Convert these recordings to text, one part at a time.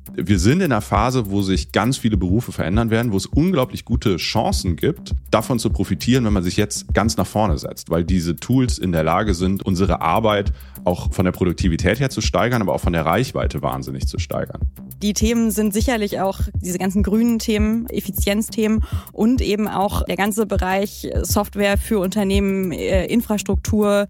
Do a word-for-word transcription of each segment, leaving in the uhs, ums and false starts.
Wir sind in einer Phase, wo sich ganz viele Berufe verändern werden, wo es unglaublich gute Chancen gibt, davon zu profitieren, wenn man sich jetzt ganz nach vorne setzt, weil diese Tools in der Lage sind, unsere Arbeit auch von der Produktivität her zu steigern, aber auch von der Reichweite wahnsinnig zu steigern. Die Themen sind sicherlich auch diese ganzen grünen Themen, Effizienzthemen und eben auch der ganze Bereich Software für Unternehmen, Infrastruktur.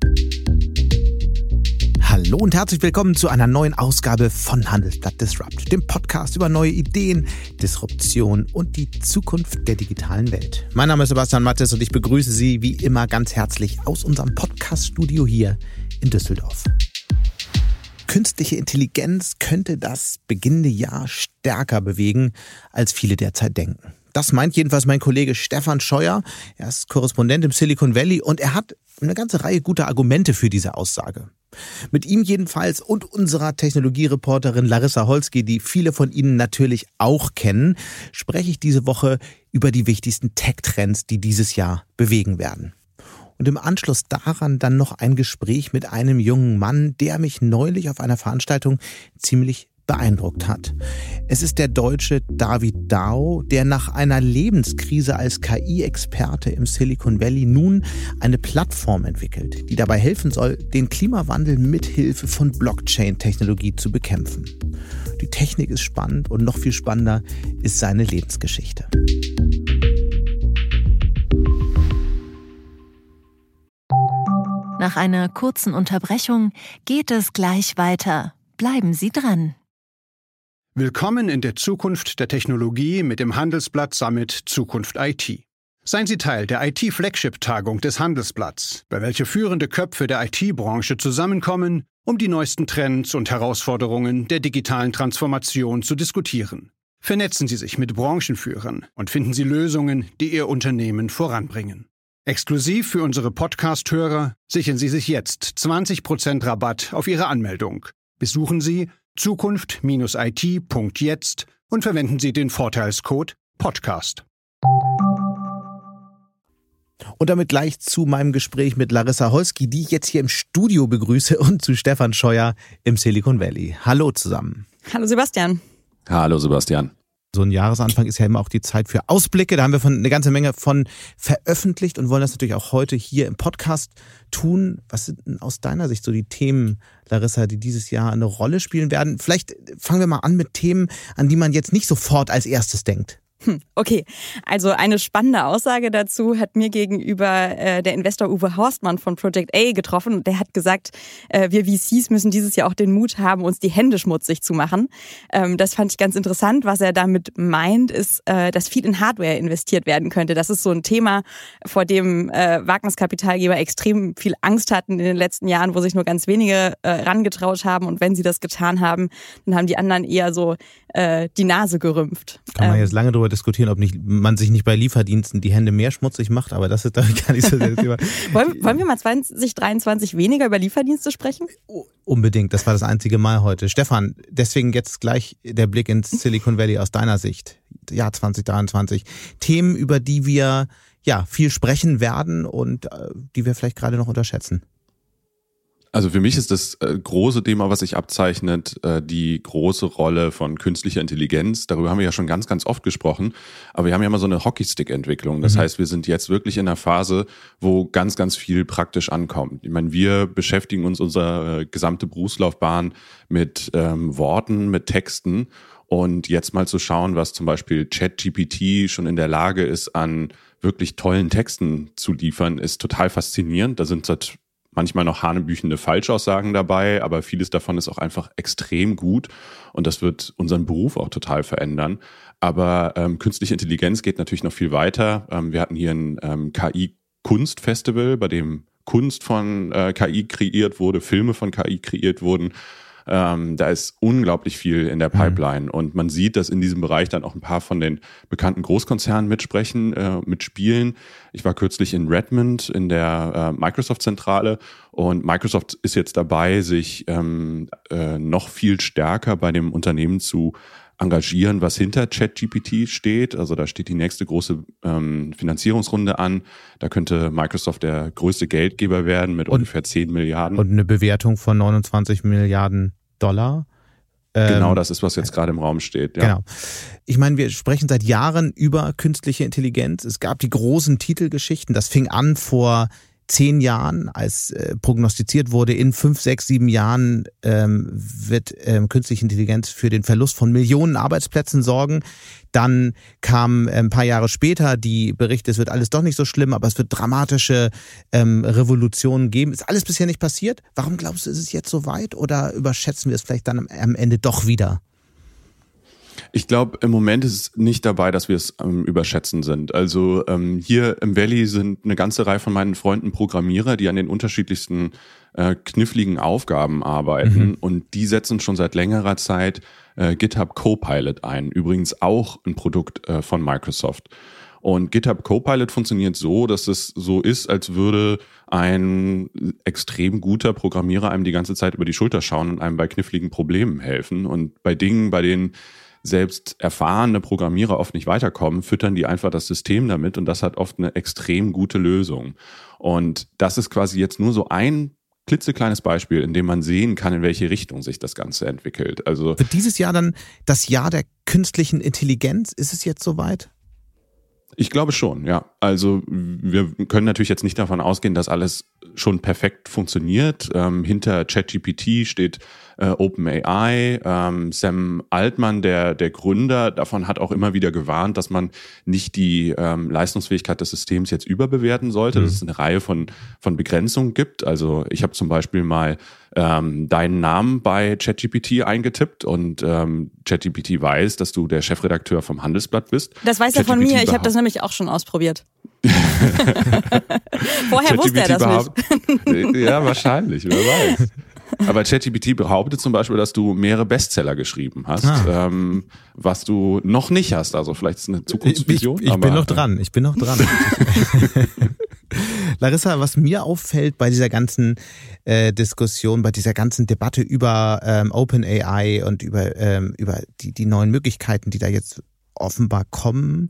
Hallo und herzlich willkommen zu einer neuen Ausgabe von Handelsblatt Disrupt, dem Podcast über neue Ideen, Disruption und die Zukunft der digitalen Welt. Mein Name ist Sebastian Mattes und ich begrüße Sie wie immer ganz herzlich aus unserem Podcast-Studio hier in Düsseldorf. Künstliche Intelligenz könnte das beginnende Jahr stärker bewegen, als viele derzeit denken. Das meint jedenfalls mein Kollege Stefan Scheuer. Er ist Korrespondent im Silicon Valley und er hat eine ganze Reihe guter Argumente für diese Aussage. Mit ihm jedenfalls und unserer Technologiereporterin Larissa Holski, die viele von Ihnen natürlich auch kennen, spreche ich diese Woche über die wichtigsten Tech-Trends, die dieses Jahr bewegen werden. Und im Anschluss daran dann noch ein Gespräch mit einem jungen Mann, der mich neulich auf einer Veranstaltung ziemlich beeindruckt hat. Es ist der Deutsche David Dao, der nach einer Lebenskrise als K I-Experte im Silicon Valley nun eine Plattform entwickelt, die dabei helfen soll, den Klimawandel mithilfe von Blockchain-Technologie zu bekämpfen. Die Technik ist spannend und noch viel spannender ist seine Lebensgeschichte. Nach einer kurzen Unterbrechung geht es gleich weiter. Bleiben Sie dran. Willkommen in der Zukunft der Technologie mit dem Handelsblatt Summit Zukunft I T. Seien Sie Teil der I T-Flagship-Tagung des Handelsblatts, bei welcher führende Köpfe der I T-Branche zusammenkommen, um die neuesten Trends und Herausforderungen der digitalen Transformation zu diskutieren. Vernetzen Sie sich mit Branchenführern und finden Sie Lösungen, die Ihr Unternehmen voranbringen. Exklusiv für unsere Podcast-Hörer sichern Sie sich jetzt zwanzig Prozent Rabatt auf Ihre Anmeldung. Besuchen Sie zukunft Bindestrich I T Punkt jetzt und verwenden Sie den Vorteilscode Podcast. Und damit gleich zu meinem Gespräch mit Larissa Holski, die ich jetzt hier im Studio begrüße, und zu Stefan Scheuer im Silicon Valley. Hallo zusammen. Hallo Sebastian. Hallo Sebastian. So ein Jahresanfang ist ja immer auch die Zeit für Ausblicke. Da haben wir von eine ganze Menge von veröffentlicht und wollen das natürlich auch heute hier im Podcast tun. Was sind denn aus deiner Sicht so die Themen, Larissa, die dieses Jahr eine Rolle spielen werden? Vielleicht fangen wir mal an mit Themen, an die man jetzt nicht sofort als erstes denkt. Okay, also eine spannende Aussage dazu hat mir gegenüber äh, der Investor Uwe Horstmann von Project A getroffen. Und der hat gesagt, äh, wir V Cs müssen dieses Jahr auch den Mut haben, uns die Hände schmutzig zu machen. Ähm, das fand ich ganz interessant. Was er damit meint, ist, äh, dass viel in Hardware investiert werden könnte. Das ist so ein Thema, vor dem äh, Wagniskapitalgeber extrem viel Angst hatten in den letzten Jahren, wo sich nur ganz wenige äh, rangetraut haben. Und wenn sie das getan haben, dann haben die anderen eher so äh, die Nase gerümpft. Kann man ähm, jetzt lange drüber diskutieren, ob nicht man sich nicht bei Lieferdiensten die Hände mehr schmutzig macht, aber das ist doch gar nicht so das Thema. wollen, wollen wir mal zwanzig dreiundzwanzig weniger über Lieferdienste sprechen? Unbedingt, das war das einzige Mal heute. Stefan, deswegen jetzt gleich der Blick ins Silicon Valley aus deiner Sicht. Jahr zwanzig dreiundzwanzig. Themen, über die wir ja viel sprechen werden und äh, die wir vielleicht gerade noch unterschätzen. Also für mich ist das äh, große Thema, was sich abzeichnet, äh, die große Rolle von künstlicher Intelligenz. Darüber haben wir ja schon ganz, ganz oft gesprochen. Aber wir haben ja immer so eine Hockeystick-Entwicklung. Das mhm. heißt, wir sind jetzt wirklich in einer Phase, wo ganz, ganz viel praktisch ankommt. Ich meine, wir beschäftigen uns unsere äh, gesamte Berufslaufbahn mit ähm, Worten, mit Texten. Und jetzt mal zu schauen, was zum Beispiel ChatGPT schon in der Lage ist, an wirklich tollen Texten zu liefern, ist total faszinierend. Da sind seit manchmal noch hanebüchende Falschaussagen dabei, aber vieles davon ist auch einfach extrem gut und das wird unseren Beruf auch total verändern. Aber ähm, künstliche Intelligenz geht natürlich noch viel weiter. Ähm, wir hatten hier ein ähm, K I-Kunstfestival, bei dem Kunst von äh, K I kreiert wurde, Filme von K I kreiert wurden. Ähm, da ist unglaublich viel in der Pipeline. Mhm. Und man sieht, dass in diesem Bereich dann auch ein paar von den bekannten Großkonzernen mitsprechen, äh, mitspielen. Ich war kürzlich in Redmond in der äh, Microsoft-Zentrale und Microsoft ist jetzt dabei, sich ähm, äh, noch viel stärker bei dem Unternehmen zu engagieren, was hinter ChatGPT steht. Also da steht die nächste große ähm, Finanzierungsrunde an. Da könnte Microsoft der größte Geldgeber werden mit und, ungefähr zehn Milliarden. Und eine Bewertung von neunundzwanzig Milliarden Dollar. Genau, Ähm, das ist, was jetzt gerade im Raum steht. Ja. Genau. Ich meine, wir sprechen seit Jahren über künstliche Intelligenz. Es gab die großen Titelgeschichten. Das fing an vor zehn Jahren, als äh, prognostiziert wurde, in fünf, sechs, sieben Jahren ähm, wird ähm, künstliche Intelligenz für den Verlust von Millionen Arbeitsplätzen sorgen. Dann kam äh, ein paar Jahre später die Berichte, es wird alles doch nicht so schlimm, aber es wird dramatische ähm, Revolutionen geben. Ist alles bisher nicht passiert? Warum glaubst du, ist es jetzt so weit oder überschätzen wir es vielleicht dann am, am Ende doch wieder? Ich glaube, im Moment ist es nicht dabei, dass wir es ähm, überschätzen sind. Also ähm, hier im Valley sind eine ganze Reihe von meinen Freunden Programmierer, die an den unterschiedlichsten äh, kniffligen Aufgaben arbeiten. Mhm. Und die setzen schon seit längerer Zeit äh, GitHub Copilot ein. Übrigens auch ein Produkt äh, von Microsoft. Und GitHub Copilot funktioniert so, dass es so ist, als würde ein extrem guter Programmierer einem die ganze Zeit über die Schulter schauen und einem bei kniffligen Problemen helfen. Und bei Dingen, bei denen selbst erfahrene Programmierer oft nicht weiterkommen, füttern die einfach das System damit und das hat oft eine extrem gute Lösung. Und das ist quasi jetzt nur so ein klitzekleines Beispiel, in dem man sehen kann, in welche Richtung sich das Ganze entwickelt. Also wird dieses Jahr dann das Jahr der künstlichen Intelligenz? Ist es jetzt soweit? Ich glaube schon, ja. Also wir können natürlich jetzt nicht davon ausgehen, dass alles schon perfekt funktioniert. Ähm, hinter ChatGPT steht äh, OpenAI. Ähm, Sam Altman, der der Gründer, davon hat auch immer wieder gewarnt, dass man nicht die ähm, Leistungsfähigkeit des Systems jetzt überbewerten sollte, mhm. dass es eine Reihe von von Begrenzungen gibt. Also ich habe zum Beispiel mal ähm, deinen Namen bei ChatGPT eingetippt und ähm, ChatGPT weiß, dass du der Chefredakteur vom Handelsblatt bist. Das weiß er von mir. Ich habe das nämlich auch schon ausprobiert. Vorher wusste er das nicht. Ja, wahrscheinlich, wer weiß. Aber ChatGPT behauptet zum Beispiel, dass du mehrere Bestseller geschrieben hast, ah. ähm, was du noch nicht hast. Also vielleicht ist es eine Zukunftsvision. Ich, ich, ich aber, bin noch dran, ich bin noch dran. Larissa, was mir auffällt bei dieser ganzen äh, Diskussion, bei dieser ganzen Debatte über ähm, OpenAI und über, ähm, über die, die neuen Möglichkeiten, die da jetzt offenbar kommen.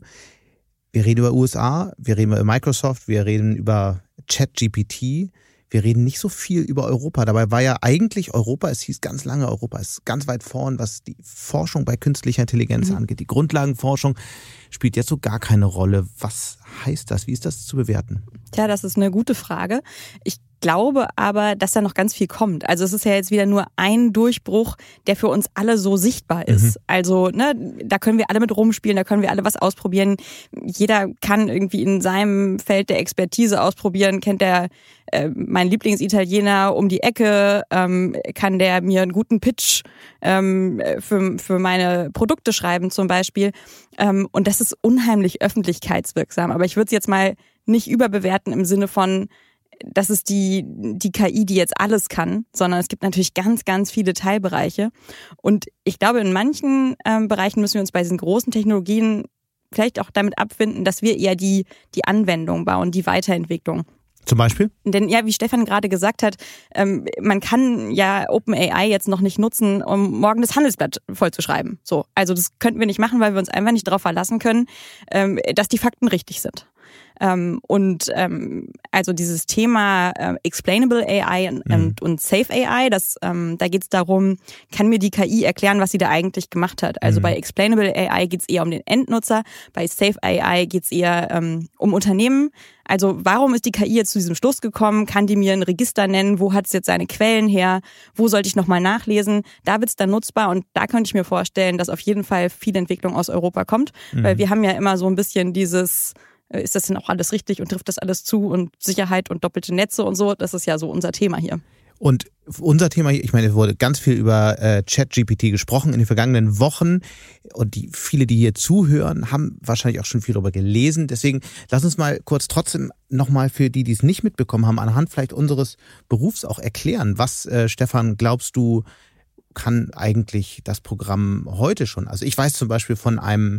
Wir reden über U S A, wir reden über Microsoft, wir reden über ChatGPT. Wir reden nicht so viel über Europa. Dabei war ja eigentlich Europa, es hieß ganz lange, Europa ist ganz weit vorn, was die Forschung bei künstlicher Intelligenz mhm. angeht. Die Grundlagenforschung spielt jetzt so gar keine Rolle. Was heißt das? Wie ist das zu bewerten? Tja, das ist eine gute Frage. Ich glaube aber, dass da noch ganz viel kommt. Also es ist ja jetzt wieder nur ein Durchbruch, der für uns alle so sichtbar ist. Mhm. Also ne, da können wir alle mit rumspielen, da können wir alle was ausprobieren. Jeder kann irgendwie in seinem Feld der Expertise ausprobieren. Kennt der äh, mein Lieblingsitaliener um die Ecke, ähm, kann der mir einen guten Pitch ähm, für, für meine Produkte schreiben zum Beispiel. Ähm, und das ist unheimlich öffentlichkeitswirksam. Aber ich würde es jetzt mal nicht überbewerten im Sinne von, das ist die, die K I, die jetzt alles kann, sondern es gibt natürlich ganz, ganz viele Teilbereiche. Und ich glaube, in manchen ähm, Bereichen müssen wir uns bei diesen großen Technologien vielleicht auch damit abfinden, dass wir eher die, die Anwendung bauen, die Weiterentwicklung. Zum Beispiel? Denn ja, wie Stefan gerade gesagt hat, ähm, man kann ja OpenAI jetzt noch nicht nutzen, um morgen das Handelsblatt vollzuschreiben. So, also das könnten wir nicht machen, weil wir uns einfach nicht darauf verlassen können, ähm, dass die Fakten richtig sind. Ähm, und ähm, also dieses Thema äh, Explainable A I und, mhm. und Safe A I, das, ähm, da geht es darum, kann mir die K I erklären, was sie da eigentlich gemacht hat. Also mhm. bei Explainable A I geht es eher um den Endnutzer, bei Safe A I geht es eher ähm, um Unternehmen. Also warum ist die K I jetzt zu diesem Schluss gekommen? Kann die mir ein Register nennen? Wo hat es jetzt seine Quellen her? Wo sollte ich nochmal nachlesen? Da wird es dann nutzbar und da könnte ich mir vorstellen, dass auf jeden Fall viel Entwicklung aus Europa kommt. Mhm. Weil wir haben ja immer so ein bisschen dieses, ist das denn auch alles richtig und trifft das alles zu und Sicherheit und doppelte Netze und so. Das ist ja so unser Thema hier. Und unser Thema hier, ich meine, es wurde ganz viel über äh, ChatGPT gesprochen in den vergangenen Wochen und die viele, die hier zuhören, haben wahrscheinlich auch schon viel darüber gelesen. Deswegen lass uns mal kurz trotzdem nochmal für die, die es nicht mitbekommen haben, anhand vielleicht unseres Berufs auch erklären. Was, äh, Stefan, glaubst du, kann eigentlich das Programm heute schon? Also ich weiß zum Beispiel von einem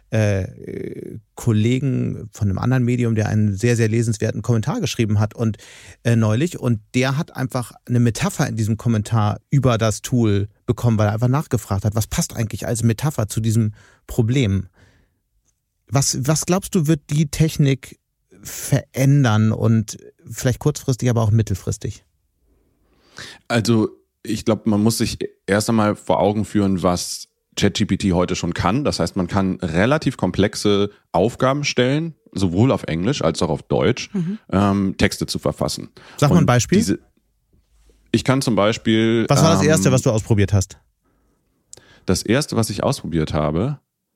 Äh, Kollegen von einem anderen Medium, der einen sehr, sehr lesenswerten Kommentar geschrieben hat und äh, neulich und der hat einfach eine Metapher in diesem Kommentar über das Tool bekommen, weil er einfach nachgefragt hat, was passt eigentlich als Metapher zu diesem Problem? Was, was glaubst du, wird die Technik verändern und vielleicht kurzfristig, aber auch mittelfristig? Also ich glaube, man muss sich erst einmal vor Augen führen, was ChatGPT heute schon kann. Das heißt, man kann relativ komplexe Aufgaben stellen, sowohl auf Englisch als auch auf Deutsch, mhm. ähm, Texte zu verfassen. Sag mal ein Beispiel. Diese, ich kann zum Beispiel... Was war das ähm, Erste, was du ausprobiert hast? Das Erste, was ich ausprobiert habe...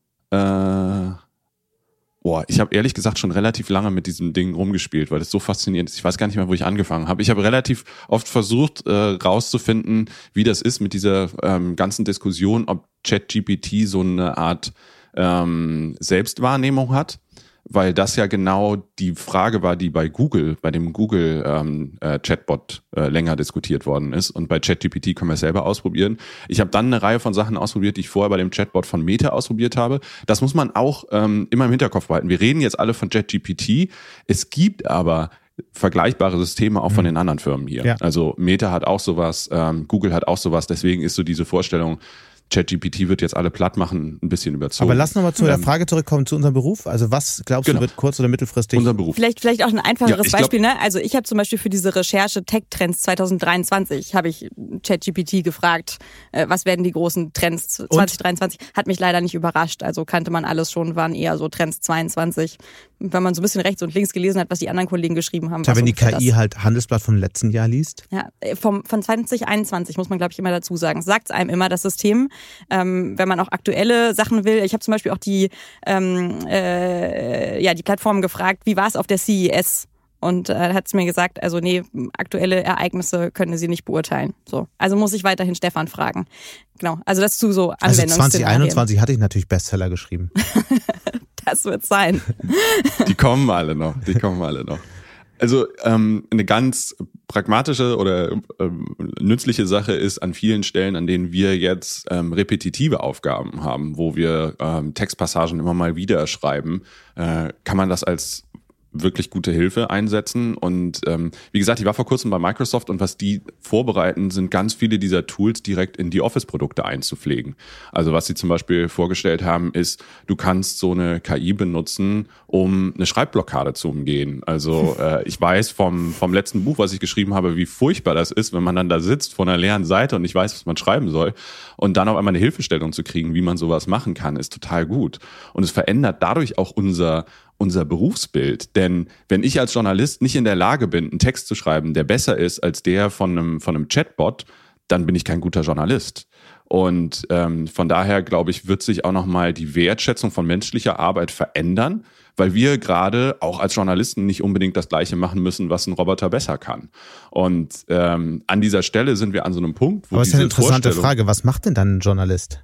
Äh, boah, ich habe ehrlich gesagt schon relativ lange mit diesem Ding rumgespielt, weil das so faszinierend ist. Ich weiß gar nicht mehr, wo ich angefangen habe. Ich habe relativ oft versucht, äh, rauszufinden, wie das ist mit dieser ähm, ganzen Diskussion, ob ChatGPT so eine Art ähm, Selbstwahrnehmung hat, weil das ja genau die Frage war, die bei Google, bei dem Google ähm, äh, Chatbot äh, länger diskutiert worden ist. Und bei ChatGPT können wir es selber ausprobieren. Ich habe dann eine Reihe von Sachen ausprobiert, die ich vorher bei dem Chatbot von Meta ausprobiert habe. Das muss man auch ähm, immer im Hinterkopf behalten. Wir reden jetzt alle von ChatGPT. Es gibt aber vergleichbare Systeme auch von den anderen Firmen hier. Ja. Also Meta hat auch sowas, ähm, Google hat auch sowas. Deswegen ist so diese Vorstellung, ChatGPT wird jetzt alle platt machen, ein bisschen überzogen. Aber lass nochmal zu der Frage zurückkommen, zu unserem Beruf. Also was glaubst genau. du wird kurz- oder mittelfristig? Unser Beruf. Vielleicht, vielleicht auch ein einfacheres ja, Beispiel. Glaub, ne? Also ich habe zum Beispiel für diese Recherche Tech-Trends zwanzig dreiundzwanzig habe ich ChatGPT gefragt, äh, was werden die großen Trends zwanzig dreiundzwanzig? Und? Hat mich leider nicht überrascht. Also kannte man alles schon, waren eher so Trends zweiundzwanzig. Wenn man so ein bisschen rechts und links gelesen hat, was die anderen Kollegen geschrieben haben. Ja, wenn die K I das. halt Handelsblatt vom letzten Jahr liest? Ja, vom, von zwanzig einundzwanzig muss man, glaube ich, immer dazu sagen. Sagt es einem immer, das System. Ähm, wenn man auch aktuelle Sachen will. Ich habe zum Beispiel auch die, ähm, äh, ja, die Plattform gefragt, wie war es auf der C E S? Und äh, hat es mir gesagt, also nee, aktuelle Ereignisse können sie nicht beurteilen. So, also muss ich weiterhin Stefan fragen. Genau, also das zu so Anwendungsszenarien. Also zwanzig einundzwanzig hatte ich natürlich Bestseller geschrieben. Das wird sein. Die kommen alle noch, die kommen alle noch. Also ähm, eine ganz pragmatische oder ähm, nützliche Sache ist an vielen Stellen, an denen wir jetzt ähm, repetitive Aufgaben haben, wo wir ähm, Textpassagen immer mal wieder schreiben, äh, kann man das als wirklich gute Hilfe einsetzen. Und ähm, wie gesagt, ich war vor kurzem bei Microsoft und was die vorbereiten, sind ganz viele dieser Tools direkt in die Office-Produkte einzupflegen. Also was sie zum Beispiel vorgestellt haben, ist, du kannst so eine K I benutzen, um eine Schreibblockade zu umgehen. Also äh, ich weiß vom vom letzten Buch, was ich geschrieben habe, wie furchtbar das ist, wenn man dann da sitzt vor einer leeren Seite und nicht weiß, was man schreiben soll. Und dann auf einmal eine Hilfestellung zu kriegen, wie man sowas machen kann, ist total gut. Und es verändert dadurch auch unser unser Berufsbild. Denn wenn ich als Journalist nicht in der Lage bin, einen Text zu schreiben, der besser ist als der von einem, von einem Chatbot, dann bin ich kein guter Journalist. Und ähm, von daher, glaube ich, wird sich auch nochmal die Wertschätzung von menschlicher Arbeit verändern, weil wir gerade auch als Journalisten nicht unbedingt das Gleiche machen müssen, was ein Roboter besser kann. Und ähm, an dieser Stelle sind wir an so einem Punkt, wo Aber es ist eine diese interessante Frage, was macht denn dann ein Journalist?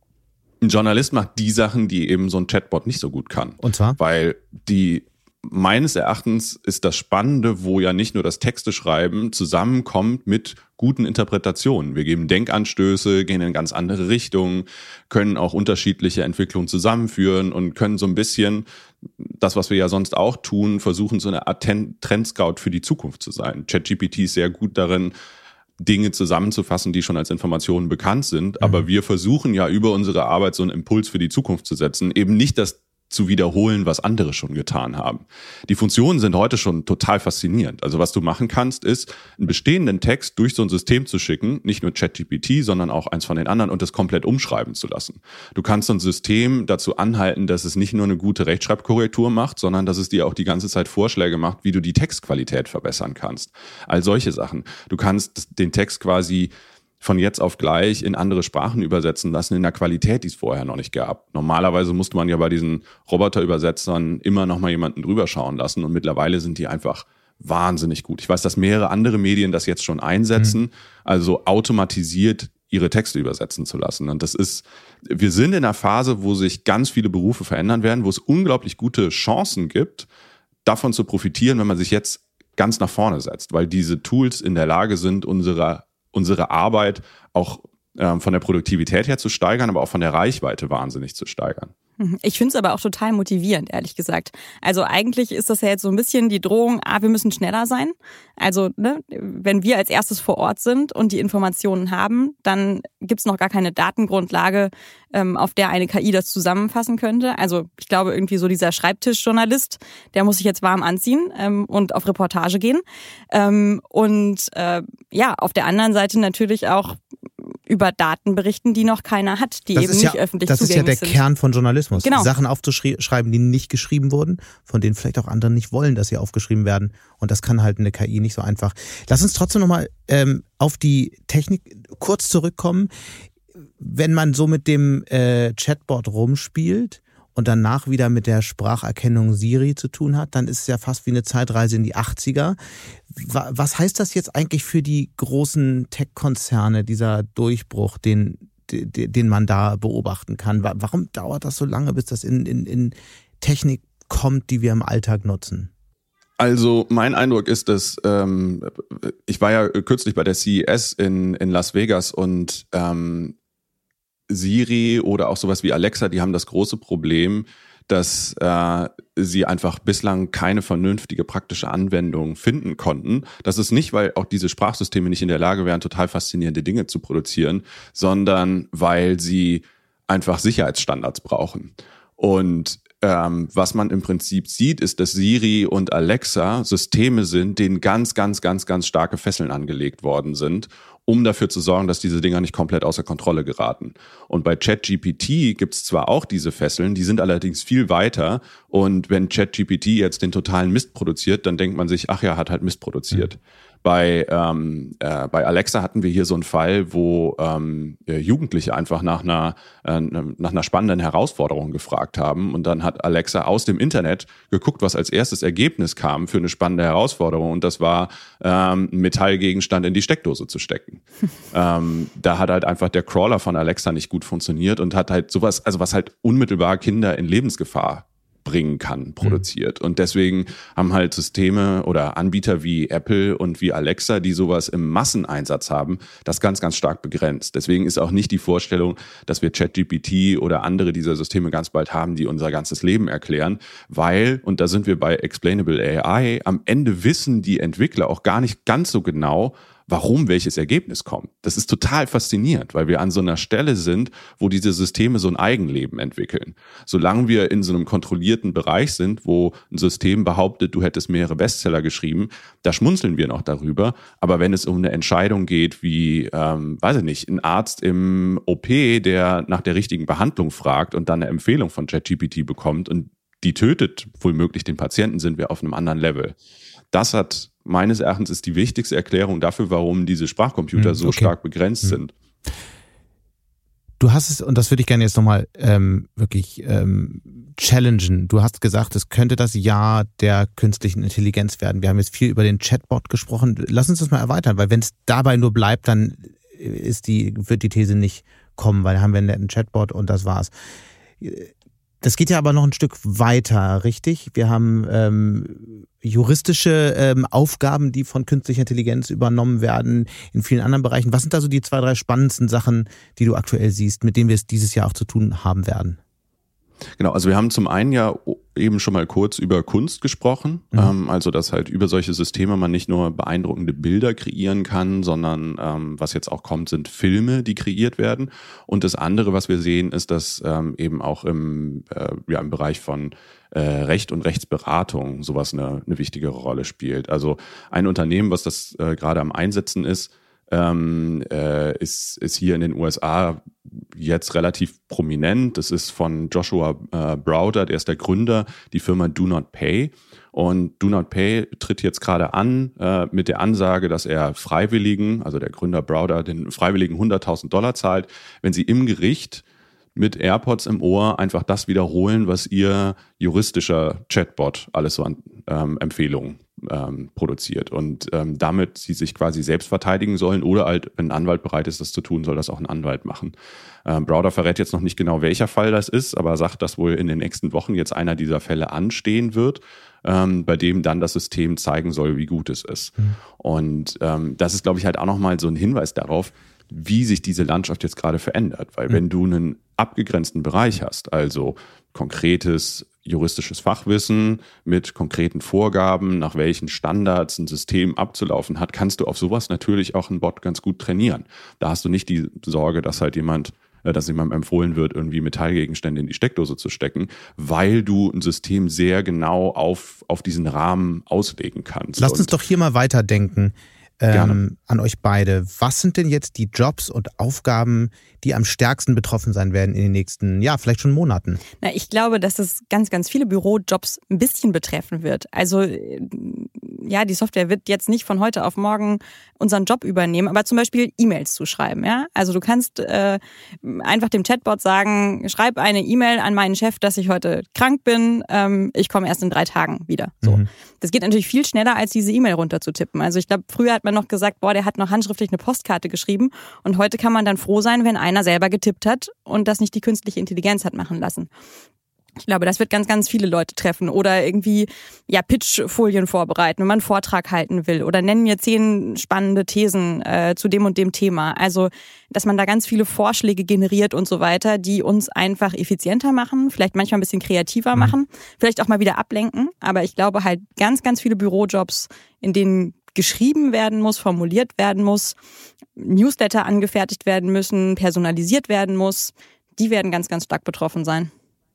Ein Journalist macht die Sachen, die eben so ein Chatbot nicht so gut kann. Und zwar? Weil die, meines Erachtens ist das Spannende, wo ja nicht nur das Texte schreiben zusammenkommt mit guten Interpretationen. Wir geben Denkanstöße, gehen in ganz andere Richtungen, können auch unterschiedliche Entwicklungen zusammenführen und können so ein bisschen das, was wir ja sonst auch tun, versuchen, so eine Art Trendscout für die Zukunft zu sein. ChatGPT ist sehr gut darin, Dinge zusammenzufassen, die schon als Informationen bekannt sind. Aber mhm. wir versuchen ja über unsere Arbeit so einen Impuls für die Zukunft zu setzen. Eben nicht das zu wiederholen, was andere schon getan haben. Die Funktionen sind heute schon total faszinierend. Also was du machen kannst, ist, einen bestehenden Text durch so ein System zu schicken, nicht nur ChatGPT, sondern auch eins von den anderen und das komplett umschreiben zu lassen. Du kannst so ein System dazu anhalten, dass es nicht nur eine gute Rechtschreibkorrektur macht, sondern dass es dir auch die ganze Zeit Vorschläge macht, wie du die Textqualität verbessern kannst. All solche Sachen. Du kannst den Text quasi von jetzt auf gleich in andere Sprachen übersetzen lassen, in der Qualität, die es vorher noch nicht gab. Normalerweise musste man ja bei diesen Roboterübersetzern immer noch mal jemanden drüber schauen lassen und mittlerweile sind die einfach wahnsinnig gut. Ich weiß, dass mehrere andere Medien das jetzt schon einsetzen, mhm. also automatisiert ihre Texte übersetzen zu lassen. Und das ist, wir sind in einer Phase, wo sich ganz viele Berufe verändern werden, wo es unglaublich gute Chancen gibt, davon zu profitieren, wenn man sich jetzt ganz nach vorne setzt, weil diese Tools in der Lage sind, unsere unsere Arbeit auch ähm, von der Produktivität her zu steigern, aber auch von der Reichweite wahnsinnig zu steigern. Ich finde es aber auch total motivierend, ehrlich gesagt. Also eigentlich ist das ja jetzt so ein bisschen die Drohung, ah, wir müssen schneller sein. Also ne, wenn wir als erstes vor Ort sind und die Informationen haben, dann gibt's noch gar keine Datengrundlage, ähm, auf der eine K I das zusammenfassen könnte. Also ich glaube irgendwie so dieser Schreibtischjournalist, der muss sich jetzt warm anziehen ähm, und auf Reportage gehen. Ähm, und äh, ja, auf der anderen Seite natürlich auch über Daten berichten, die noch keiner hat, die das eben ist nicht ja, öffentlich das zugänglich sind. Das ist ja der sind. Kern von Journalismus. Genau. Sachen aufzuschreiben, die nicht geschrieben wurden, von denen vielleicht auch andere nicht wollen, dass sie aufgeschrieben werden. Und das kann halt eine K I nicht so einfach. Lass uns trotzdem nochmal ähm, auf die Technik kurz zurückkommen. Wenn man so mit dem äh, Chatbot rumspielt und danach wieder mit der Spracherkennung Siri zu tun hat, dann ist es ja fast wie eine Zeitreise in die achtziger. Was heißt das jetzt eigentlich für die großen Tech-Konzerne, dieser Durchbruch, den, den man da beobachten kann? Warum dauert das so lange, bis das in, in, in Technik kommt, die wir im Alltag nutzen? Also mein Eindruck ist, dass ähm, ich war ja kürzlich bei der C E S in, in Las Vegas und ähm, Siri oder auch sowas wie Alexa, die haben das große Problem, dass äh, sie einfach bislang keine vernünftige praktische Anwendung finden konnten. Das ist nicht, weil auch diese Sprachsysteme nicht in der Lage wären, total faszinierende Dinge zu produzieren, sondern weil sie einfach Sicherheitsstandards brauchen. Und ähm, was man im Prinzip sieht, ist, dass Siri und Alexa Systeme sind, denen ganz, ganz, ganz, ganz starke Fesseln angelegt worden sind, um dafür zu sorgen, dass diese Dinger nicht komplett außer Kontrolle geraten. Und bei ChatGPT gibt's zwar auch diese Fesseln, die sind allerdings viel weiter. Und wenn ChatGPT jetzt den totalen Mist produziert, dann denkt man sich, ach ja, hat halt Mist produziert. Mhm. Bei ähm, äh, bei Alexa hatten wir hier so einen Fall, wo ähm, Jugendliche einfach nach einer äh, nach einer spannenden Herausforderung gefragt haben und dann hat Alexa aus dem Internet geguckt, was als erstes Ergebnis kam für eine spannende Herausforderung und das war ähm, einen Metallgegenstand in die Steckdose zu stecken. ähm, da hat halt einfach der Crawler von Alexa nicht gut funktioniert und hat halt sowas, also was halt unmittelbar Kinder in Lebensgefahr bringen kann, produziert. Und deswegen haben halt Systeme oder Anbieter wie Apple und wie Alexa, die sowas im Masseneinsatz haben, das ganz, ganz stark begrenzt. Deswegen ist auch nicht die Vorstellung, dass wir ChatGPT oder andere dieser Systeme ganz bald haben, die unser ganzes Leben erklären, weil, und da sind wir bei Explainable A I, am Ende wissen die Entwickler auch gar nicht ganz so genau, warum welches Ergebnis kommt. Das ist total faszinierend, weil wir an so einer Stelle sind, wo diese Systeme so ein Eigenleben entwickeln. Solange wir in so einem kontrollierten Bereich sind, wo ein System behauptet, du hättest mehrere Bestseller geschrieben, da schmunzeln wir noch darüber. Aber wenn es um eine Entscheidung geht, wie, ähm, weiß ich nicht, ein Arzt im O P, der nach der richtigen Behandlung fragt und dann eine Empfehlung von ChatGPT bekommt und die tötet womöglich den Patienten, sind wir auf einem anderen Level. Das hat, meines Erachtens, ist die wichtigste Erklärung dafür, warum diese Sprachcomputer okay. so stark begrenzt mhm. sind. Du hast es, und das würde ich gerne jetzt nochmal ähm, wirklich ähm, challengen. Du hast gesagt, es könnte das Jahr der künstlichen Intelligenz werden. Wir haben jetzt viel über den Chatbot gesprochen. Lass uns das mal erweitern, weil wenn es dabei nur bleibt, dann ist die, wird die These nicht kommen, weil haben wir einen netten Chatbot und das war's. Das geht ja aber noch ein Stück weiter, richtig? Wir haben ähm, juristische ähm, Aufgaben, die von künstlicher Intelligenz übernommen werden in vielen anderen Bereichen. Was sind da so die zwei, drei spannendsten Sachen, die du aktuell siehst, mit denen wir es dieses Jahr auch zu tun haben werden? Genau, also wir haben zum einen ja eben schon mal kurz über Kunst gesprochen, mhm. ähm, also dass halt über solche Systeme man nicht nur beeindruckende Bilder kreieren kann, sondern ähm, was jetzt auch kommt, sind Filme, die kreiert werden. Und das andere, was wir sehen, ist, dass ähm, eben auch im, äh, ja, im Bereich von äh, Recht und Rechtsberatung sowas eine, eine wichtige Rolle spielt. Also ein Unternehmen, was das äh, gerade am Einsetzen ist, ähm, äh, ist, ist hier in den U S A jetzt relativ prominent. Das ist von Joshua äh, Browder, der ist der Gründer, die Firma Do Not Pay. Und Do Not Pay tritt jetzt gerade an äh, mit der Ansage, dass er Freiwilligen, also der Gründer Browder, den Freiwilligen hunderttausend Dollar zahlt, wenn sie im Gericht mit AirPods im Ohr einfach das wiederholen, was ihr juristischer Chatbot alles so an ähm, Empfehlungen ähm, produziert. Und ähm, damit sie sich quasi selbst verteidigen sollen oder halt, wenn ein Anwalt bereit ist, das zu tun, soll das auch ein Anwalt machen. Ähm, Browder verrät jetzt noch nicht genau, welcher Fall das ist, aber sagt, dass wohl in den nächsten Wochen jetzt einer dieser Fälle anstehen wird, ähm, bei dem dann das System zeigen soll, wie gut es ist. Mhm. Und ähm, das ist, glaube ich, halt auch nochmal so ein Hinweis darauf, wie sich diese Landschaft jetzt gerade verändert. Weil mhm. wenn du einen abgegrenzten Bereich hast, also konkretes juristisches Fachwissen mit konkreten Vorgaben, nach welchen Standards ein System abzulaufen hat, kannst du auf sowas natürlich auch einen Bot ganz gut trainieren. Da hast du nicht die Sorge, dass halt jemand, dass jemandem empfohlen wird, irgendwie Metallgegenstände in die Steckdose zu stecken, weil du ein System sehr genau auf, auf diesen Rahmen auslegen kannst. Lasst uns doch hier mal weiterdenken. Ähm, an euch beide. Was sind denn jetzt die Jobs und Aufgaben, die am stärksten betroffen sein werden in den nächsten, ja, vielleicht schon Monaten? Na, ich glaube, dass es ganz, ganz viele Bürojobs ein bisschen betreffen wird. Also ja, die Software wird jetzt nicht von heute auf morgen unseren Job übernehmen, aber zum Beispiel E-Mails zu schreiben. Ja? Also du kannst äh, einfach dem Chatbot sagen, schreib eine E-Mail an meinen Chef, dass ich heute krank bin, ähm, ich komme erst in drei Tagen wieder. So. Mhm. Das geht natürlich viel schneller, als diese E-Mail runterzutippen. Also ich glaube, früher hat man noch gesagt, boah, der hat noch handschriftlich eine Postkarte geschrieben und heute kann man dann froh sein, wenn einer selber getippt hat und das nicht die künstliche Intelligenz hat machen lassen. Ich glaube, das wird ganz, ganz viele Leute treffen oder irgendwie ja Pitchfolien vorbereiten, wenn man einen Vortrag halten will oder nennen mir zehn spannende Thesen äh, zu dem und dem Thema. Also, dass man da ganz viele Vorschläge generiert und so weiter, die uns einfach effizienter machen, vielleicht manchmal ein bisschen kreativer machen, vielleicht auch mal wieder ablenken. Aber ich glaube halt ganz, ganz viele Bürojobs, in denen geschrieben werden muss, formuliert werden muss, Newsletter angefertigt werden müssen, personalisiert werden muss, die werden ganz, ganz stark betroffen sein.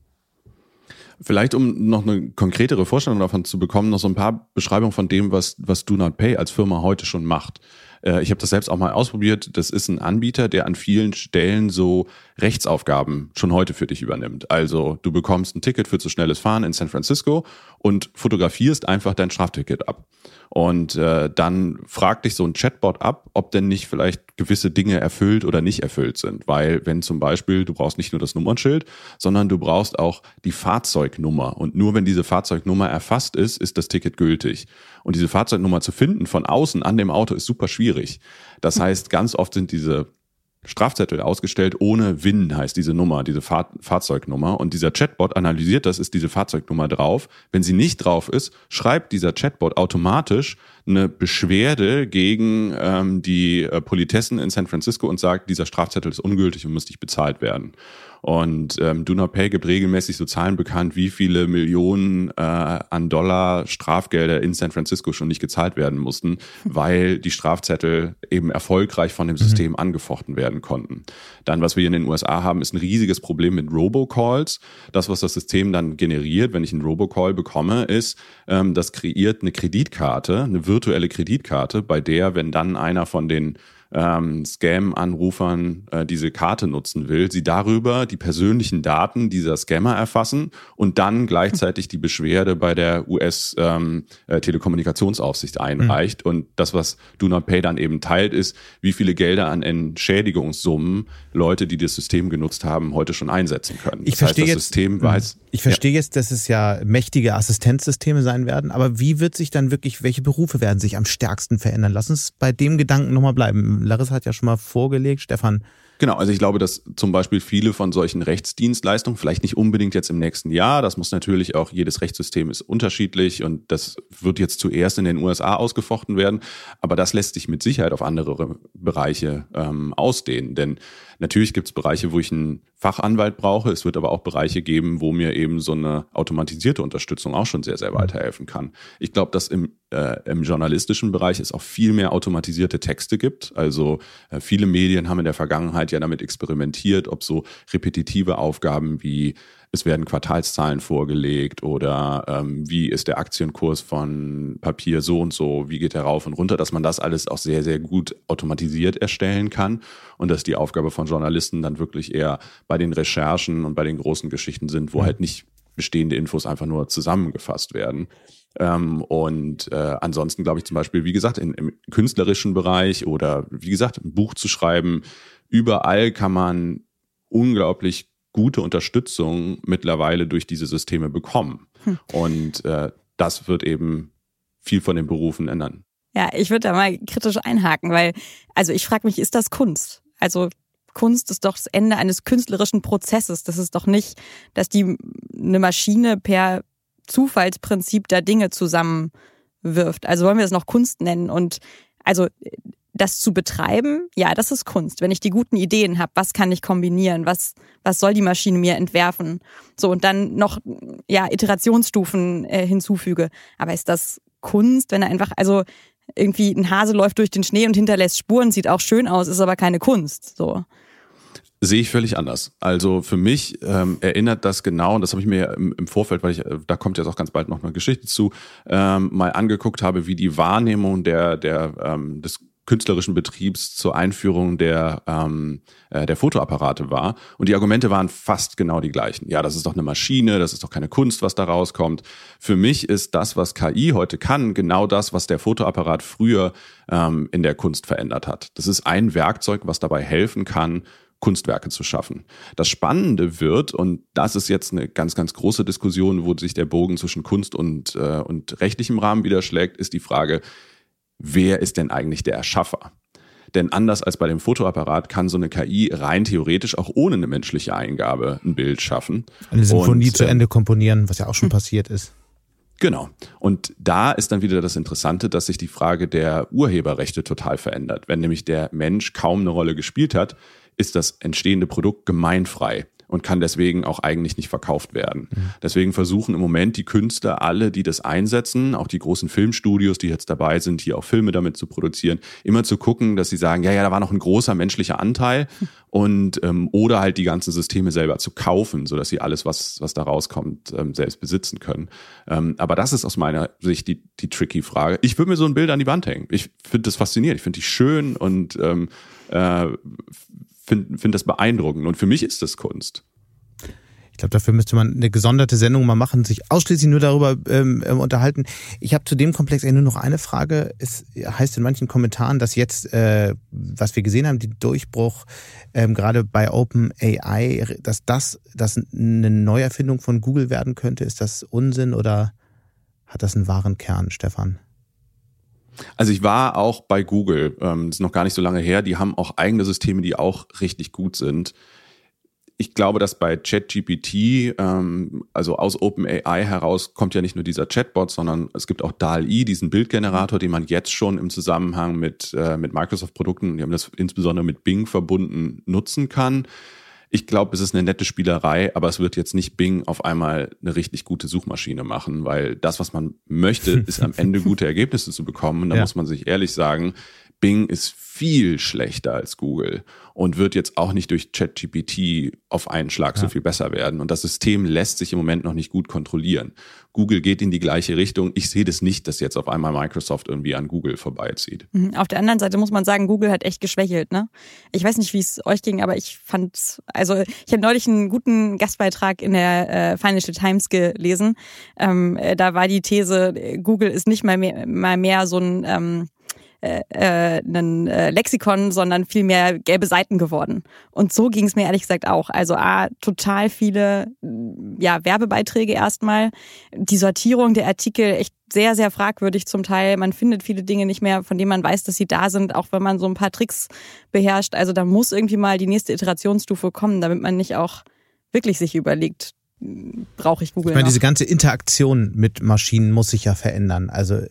Vielleicht, um noch eine konkretere Vorstellung davon zu bekommen, noch so ein paar Beschreibungen von dem, was, was Do Not Pay als Firma heute schon macht. Ich habe das selbst auch mal ausprobiert. Das ist ein Anbieter, der an vielen Stellen so Rechtsaufgaben schon heute für dich übernimmt. Also du bekommst ein Ticket für zu schnelles Fahren in San Francisco und fotografierst einfach dein Strafticket ab. Und äh, dann fragt dich so ein Chatbot ab, ob denn nicht vielleicht gewisse Dinge erfüllt oder nicht erfüllt sind. Weil wenn zum Beispiel, du brauchst nicht nur das Nummernschild, sondern du brauchst auch die Fahrzeugnummer. Und nur wenn diese Fahrzeugnummer erfasst ist, ist das Ticket gültig. Und diese Fahrzeugnummer zu finden von außen an dem Auto ist super schwierig. Das heißt, ganz oft sind diese Strafzettel ausgestellt ohne W I N, heißt diese Nummer, diese Fahr- Fahrzeugnummer. Und dieser Chatbot analysiert das, ist diese Fahrzeugnummer drauf. Wenn sie nicht drauf ist, schreibt dieser Chatbot automatisch eine Beschwerde gegen ähm, die äh, Politessen in San Francisco und sagt, dieser Strafzettel ist ungültig und muss nicht bezahlt werden. Und ähm, Do Not Pay gibt regelmäßig so Zahlen bekannt, wie viele Millionen äh, an Dollar Strafgelder in San Francisco schon nicht gezahlt werden mussten, weil die Strafzettel eben erfolgreich von dem System mhm. angefochten werden konnten. Dann, was wir hier in den U S A haben, ist ein riesiges Problem mit Robocalls. Das, was das System dann generiert, wenn ich einen Robocall bekomme, ist, ähm, das kreiert eine Kreditkarte, eine virtuelle Kreditkarte, bei der, wenn dann einer von den Ähm, Scam-Anrufern äh, diese Karte nutzen will, sie darüber die persönlichen Daten dieser Scammer erfassen und dann gleichzeitig die Beschwerde bei der U S-Telekommunikationsaufsicht ähm, äh, einreicht. Mhm. Und das, was Do Not Pay dann eben teilt, ist, wie viele Gelder an Entschädigungssummen Leute, die das System genutzt haben, heute schon einsetzen können. Ich das verstehe heißt, das jetzt, System weiß, ich verstehe ja. jetzt, dass es ja mächtige Assistenzsysteme sein werden, aber wie wird sich dann wirklich, welche Berufe werden sich am stärksten verändern? Lass uns bei dem Gedanken nochmal bleiben. Larissa hat ja schon mal vorgelegt, Stefan. Genau, also ich glaube, dass zum Beispiel viele von solchen Rechtsdienstleistungen, vielleicht nicht unbedingt jetzt im nächsten Jahr, das muss natürlich auch, jedes Rechtssystem ist unterschiedlich und das wird jetzt zuerst in den U S A ausgefochten werden, aber das lässt sich mit Sicherheit auf andere Bereiche ähm, ausdehnen, denn natürlich gibt es Bereiche, wo ich einen Fachanwalt brauche, es wird aber auch Bereiche geben, wo mir eben so eine automatisierte Unterstützung auch schon sehr, sehr weiterhelfen kann. Ich glaube, dass im, äh, im journalistischen Bereich es auch viel mehr automatisierte Texte gibt, also äh, viele Medien haben in der Vergangenheit ja damit experimentiert, ob so repetitive Aufgaben wie es werden Quartalszahlen vorgelegt oder ähm, wie ist der Aktienkurs von Papier so und so, wie geht der rauf und runter, dass man das alles auch sehr, sehr gut automatisiert erstellen kann und dass die Aufgabe von Journalisten dann wirklich eher bei den Recherchen und bei den großen Geschichten sind, wo halt nicht bestehende Infos einfach nur zusammengefasst werden. Ähm, und äh, ansonsten glaube ich zum Beispiel, wie gesagt, in, im künstlerischen Bereich oder wie gesagt, ein Buch zu schreiben, überall kann man unglaublich gute Unterstützung mittlerweile durch diese Systeme bekommen. Hm. Und äh, das wird eben viel von den Berufen ändern. Ja, ich würde da mal kritisch einhaken, weil, also ich frage mich, ist das Kunst? Also Kunst ist doch das Ende eines künstlerischen Prozesses. Das ist doch nicht, dass die eine Maschine per Zufallsprinzip da Dinge zusammenwirft. Also wollen wir das noch Kunst nennen? Und also das zu betreiben, ja, das ist Kunst. Wenn ich die guten Ideen habe, was kann ich kombinieren, was was soll die Maschine mir entwerfen? So, und dann noch ja Iterationsstufen äh, hinzufüge. Aber ist das Kunst, wenn er einfach, also irgendwie ein Hase läuft durch den Schnee und hinterlässt Spuren, sieht auch schön aus, ist aber keine Kunst. So. Sehe ich völlig anders. Also für mich ähm, erinnert das genau, und das habe ich mir im, im Vorfeld, weil ich, da kommt jetzt auch ganz bald noch eine Geschichte zu, ähm, mal angeguckt habe, wie die Wahrnehmung der, der ähm, des künstlerischen Betriebs zur Einführung der ähm, äh, der Fotoapparate war. Und die Argumente waren fast genau die gleichen. Ja, das ist doch eine Maschine, das ist doch keine Kunst, was da rauskommt. Für mich ist das, was K I heute kann, genau das, was der Fotoapparat früher ähm, in der Kunst verändert hat. Das ist ein Werkzeug, was dabei helfen kann, Kunstwerke zu schaffen. Das Spannende wird, und das ist jetzt eine ganz, ganz große Diskussion, wo sich der Bogen zwischen Kunst und, äh, und rechtlichem Rahmen widerschlägt, ist die Frage, wer ist denn eigentlich der Erschaffer? Denn anders als bei dem Fotoapparat kann so eine K I rein theoretisch auch ohne eine menschliche Eingabe ein Bild schaffen. Eine Symphonie und, zu Ende komponieren, was ja auch schon passiert ist. Genau. Und da ist dann wieder das Interessante, dass sich die Frage der Urheberrechte total verändert. Wenn nämlich der Mensch kaum eine Rolle gespielt hat, ist das entstehende Produkt gemeinfrei und kann deswegen auch eigentlich nicht verkauft werden. Mhm. Deswegen versuchen im Moment die Künstler, alle, die das einsetzen, auch die großen Filmstudios, die jetzt dabei sind, hier auch Filme damit zu produzieren, immer zu gucken, dass sie sagen, ja, ja, da war noch ein großer menschlicher Anteil und ähm, oder halt die ganzen Systeme selber zu kaufen, sodass sie alles, was was da rauskommt, ähm, selbst besitzen können. Ähm, aber das ist aus meiner Sicht die die tricky Frage. Ich würde mir so ein Bild an die Wand hängen. Ich finde das faszinierend, ich finde die schön und ähm, äh, finde find das beeindruckend. Und für mich ist das Kunst. Ich glaube, dafür müsste man eine gesonderte Sendung mal machen, sich ausschließlich nur darüber ähm, unterhalten. Ich habe zu dem Komplex nur noch eine Frage. Es heißt in manchen Kommentaren, dass jetzt, äh, was wir gesehen haben, die Durchbruch ähm, gerade bei OpenAI, dass das dass eine Neuerfindung von Google werden könnte. Ist das Unsinn oder hat das einen wahren Kern, Stefan? Also ich war auch bei Google, ähm, das ist noch gar nicht so lange her, die haben auch eigene Systeme, die auch richtig gut sind. Ich glaube, dass bei ChatGPT, ähm, also aus OpenAI heraus, kommt ja nicht nur dieser Chatbot, sondern es gibt auch D A L L-E, diesen Bildgenerator, den man jetzt schon im Zusammenhang mit, äh, mit Microsoft-Produkten, die haben das insbesondere mit Bing verbunden, nutzen kann. Ich glaube, es ist eine nette Spielerei, aber es wird jetzt nicht Bing auf einmal eine richtig gute Suchmaschine machen, weil das, was man möchte, ist am Ende gute Ergebnisse zu bekommen. Und da ja. muss man sich ehrlich sagen, Bing ist viel schlechter als Google und wird jetzt auch nicht durch ChatGPT auf einen Schlag ja. so viel besser werden. Und das System lässt sich im Moment noch nicht gut kontrollieren. Google geht in die gleiche Richtung. Ich sehe das nicht, dass jetzt auf einmal Microsoft irgendwie an Google vorbeizieht. Auf der anderen Seite muss man sagen, Google hat echt geschwächelt, ne? Ich weiß nicht, wie es euch ging, aber ich fand, also ich habe neulich einen guten Gastbeitrag in der äh, Financial Times gelesen. Ähm, äh, da war die These, Google ist nicht mal mehr, mal mehr so ein ähm, Äh, äh, ein äh, Lexikon, sondern viel mehr gelbe Seiten geworden. Und so ging es mir ehrlich gesagt auch. Also A, total viele ja Werbebeiträge erstmal. Die Sortierung der Artikel echt sehr, sehr fragwürdig zum Teil. Man findet viele Dinge nicht mehr, von denen man weiß, dass sie da sind, auch wenn man so ein paar Tricks beherrscht. Also da muss irgendwie mal die nächste Iterationsstufe kommen, damit man nicht auch wirklich sich überlegt, brauche ich Google Ich meine, noch? Diese ganze Interaktion mit Maschinen muss sich ja verändern. Also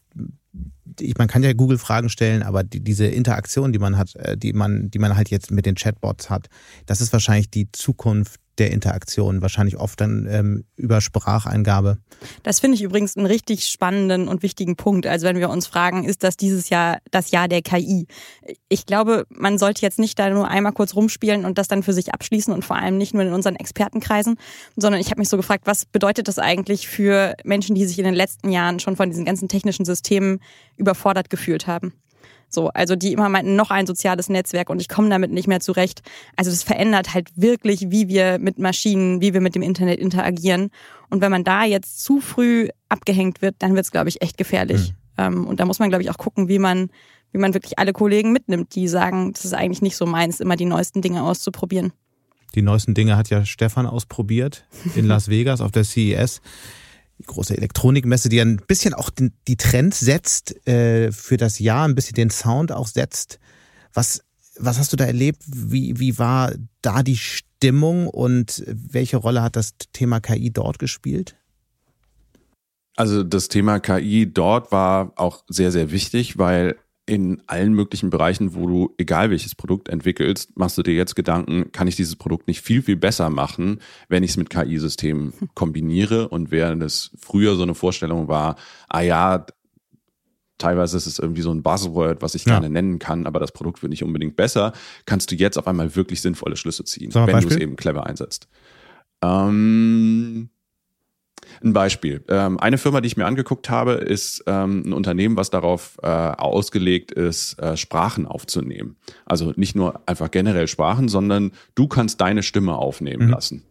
ich, man kann ja Google Fragen stellen, aber die, diese Interaktion, die man hat, die man, die man halt jetzt mit den Chatbots hat, das ist wahrscheinlich die Zukunft der Interaktion, wahrscheinlich oft dann ähm, über Spracheingabe. Das finde ich übrigens einen richtig spannenden und wichtigen Punkt. Also wenn wir uns fragen, ist das dieses Jahr das Jahr der K I? Ich glaube, man sollte jetzt nicht da nur einmal kurz rumspielen und das dann für sich abschließen und vor allem nicht nur in unseren Expertenkreisen, sondern ich habe mich so gefragt, was bedeutet das eigentlich für Menschen, die sich in den letzten Jahren schon von diesen ganzen technischen Systemen überfordert gefühlt haben? So, also die immer meinten, noch ein soziales Netzwerk und ich komme damit nicht mehr zurecht. Also das verändert halt wirklich, wie wir mit Maschinen, wie wir mit dem Internet interagieren. Und wenn man da jetzt zu früh abgehängt wird, dann wird es, glaube ich, echt gefährlich. Mhm. Und da muss man, glaube ich, auch gucken, wie man, wie man wirklich alle Kollegen mitnimmt, die sagen, das ist eigentlich nicht so meins, immer die neuesten Dinge auszuprobieren. Die neuesten Dinge hat ja Stefan ausprobiert in Las Vegas auf der C E S. Die große Elektronikmesse, die ein bisschen auch den, die Trends setzt äh, für das Jahr, ein bisschen den Sound auch setzt. Was, was hast du da erlebt? Wie, wie war da die Stimmung und welche Rolle hat das Thema K I dort gespielt? Also das Thema K I dort war auch sehr, sehr wichtig, weil in allen möglichen Bereichen, wo du, egal welches Produkt entwickelst, machst du dir jetzt Gedanken, kann ich dieses Produkt nicht viel, viel besser machen, wenn ich es mit K I-Systemen kombiniere? Und während es früher so eine Vorstellung war, ah ja, teilweise ist es irgendwie so ein Buzzword, was ich ja. gerne nennen kann, aber das Produkt wird nicht unbedingt besser, kannst du jetzt auf einmal wirklich sinnvolle Schlüsse ziehen, wenn du es eben clever einsetzt. Ähm... Ein Beispiel. Ähm, eine Firma, die ich mir angeguckt habe, ist ähm, ein Unternehmen, was darauf äh, ausgelegt ist, äh, Sprachen aufzunehmen. Also nicht nur einfach generell Sprachen, sondern du kannst deine Stimme aufnehmen mhm. lassen.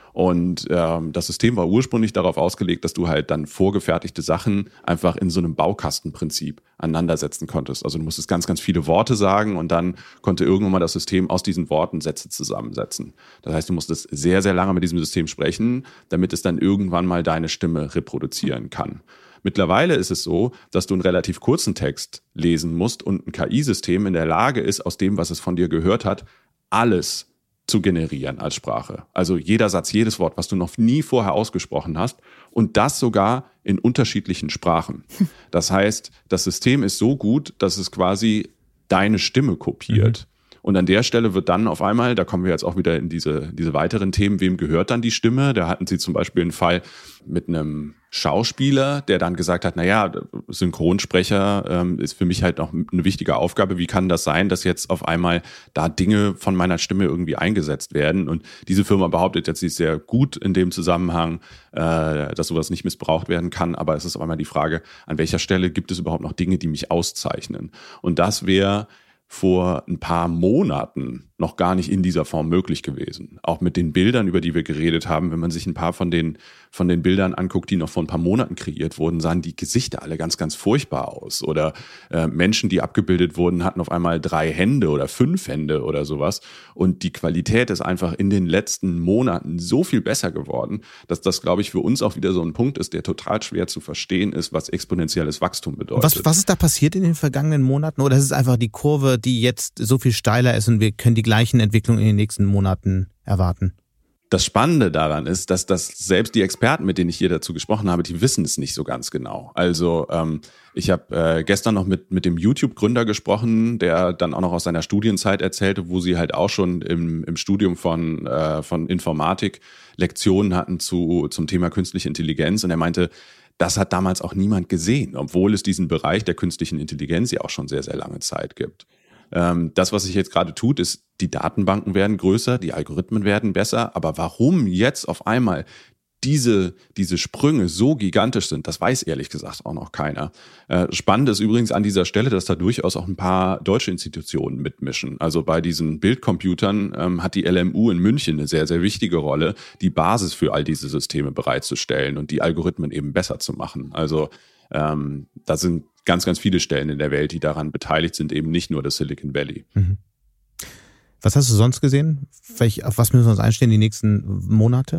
Und ähm, das System war ursprünglich darauf ausgelegt, dass du halt dann vorgefertigte Sachen einfach in so einem Baukastenprinzip aneinandersetzen konntest. Also du musstest ganz, ganz viele Worte sagen und dann konnte irgendwann mal das System aus diesen Worten Sätze zusammensetzen. Das heißt, du musstest sehr, sehr lange mit diesem System sprechen, damit es dann irgendwann mal deine Stimme reproduzieren kann. Mittlerweile ist es so, dass du einen relativ kurzen Text lesen musst und ein K I-System in der Lage ist, aus dem, was es von dir gehört hat, alles zu generieren als Sprache. Also jeder Satz, jedes Wort, was du noch nie vorher ausgesprochen hast und das sogar in unterschiedlichen Sprachen. Das heißt, das System ist so gut, dass es quasi deine Stimme kopiert. Mhm. Und an der Stelle wird dann auf einmal, da kommen wir jetzt auch wieder in diese, diese weiteren Themen, wem gehört dann die Stimme? Da hatten sie zum Beispiel einen Fall mit einem Schauspieler, der dann gesagt hat, naja, Synchronsprecher ähm, ist für mich halt noch eine wichtige Aufgabe. Wie kann das sein, dass jetzt auf einmal da Dinge von meiner Stimme irgendwie eingesetzt werden? Und diese Firma behauptet jetzt, sie ist sehr gut in dem Zusammenhang, äh, dass sowas nicht missbraucht werden kann. Aber es ist auf einmal die Frage, an welcher Stelle gibt es überhaupt noch Dinge, die mich auszeichnen? Und das wäre vor ein paar Monaten noch gar nicht in dieser Form möglich gewesen. Auch mit den Bildern, über die wir geredet haben, wenn man sich ein paar von den, von den Bildern anguckt, die noch vor ein paar Monaten kreiert wurden, sahen die Gesichter alle ganz, ganz furchtbar aus. Oder äh, Menschen, die abgebildet wurden, hatten auf einmal drei Hände oder fünf Hände oder sowas. Und die Qualität ist einfach in den letzten Monaten so viel besser geworden, dass das, glaube ich, für uns auch wieder so ein Punkt ist, der total schwer zu verstehen ist, was exponentielles Wachstum bedeutet. Was, was ist da passiert in den vergangenen Monaten? Oder ist es einfach die Kurve, die jetzt so viel steiler ist und wir können die gleichen Entwicklungen in den nächsten Monaten erwarten? Das Spannende daran ist, dass das selbst die Experten, mit denen ich hier dazu gesprochen habe, die wissen es nicht so ganz genau. Also ähm, ich habe äh, gestern noch mit mit dem YouTube-Gründer gesprochen, der dann auch noch aus seiner Studienzeit erzählte, wo sie halt auch schon im im Studium von äh, von Informatik Lektionen hatten zu zum Thema künstliche Intelligenz. Und er meinte, das hat damals auch niemand gesehen, obwohl es diesen Bereich der künstlichen Intelligenz ja auch schon sehr, sehr lange Zeit gibt. Ähm, das, was sich jetzt gerade tut, ist, die Datenbanken werden größer, die Algorithmen werden besser. Aber warum jetzt auf einmal diese, diese Sprünge so gigantisch sind, das weiß ehrlich gesagt auch noch keiner. Äh, spannend ist übrigens an dieser Stelle, dass da durchaus auch ein paar deutsche Institutionen mitmischen. Also bei diesen Bildcomputern ähm, hat die L M U in München eine sehr, sehr wichtige Rolle, die Basis für all diese Systeme bereitzustellen und die Algorithmen eben besser zu machen. Also ähm, da sind ganz, ganz viele Stellen in der Welt, die daran beteiligt sind, eben nicht nur das Silicon Valley. Mhm. Was hast du sonst gesehen? Vielleicht, auf was müssen wir uns einstellen die nächsten Monate?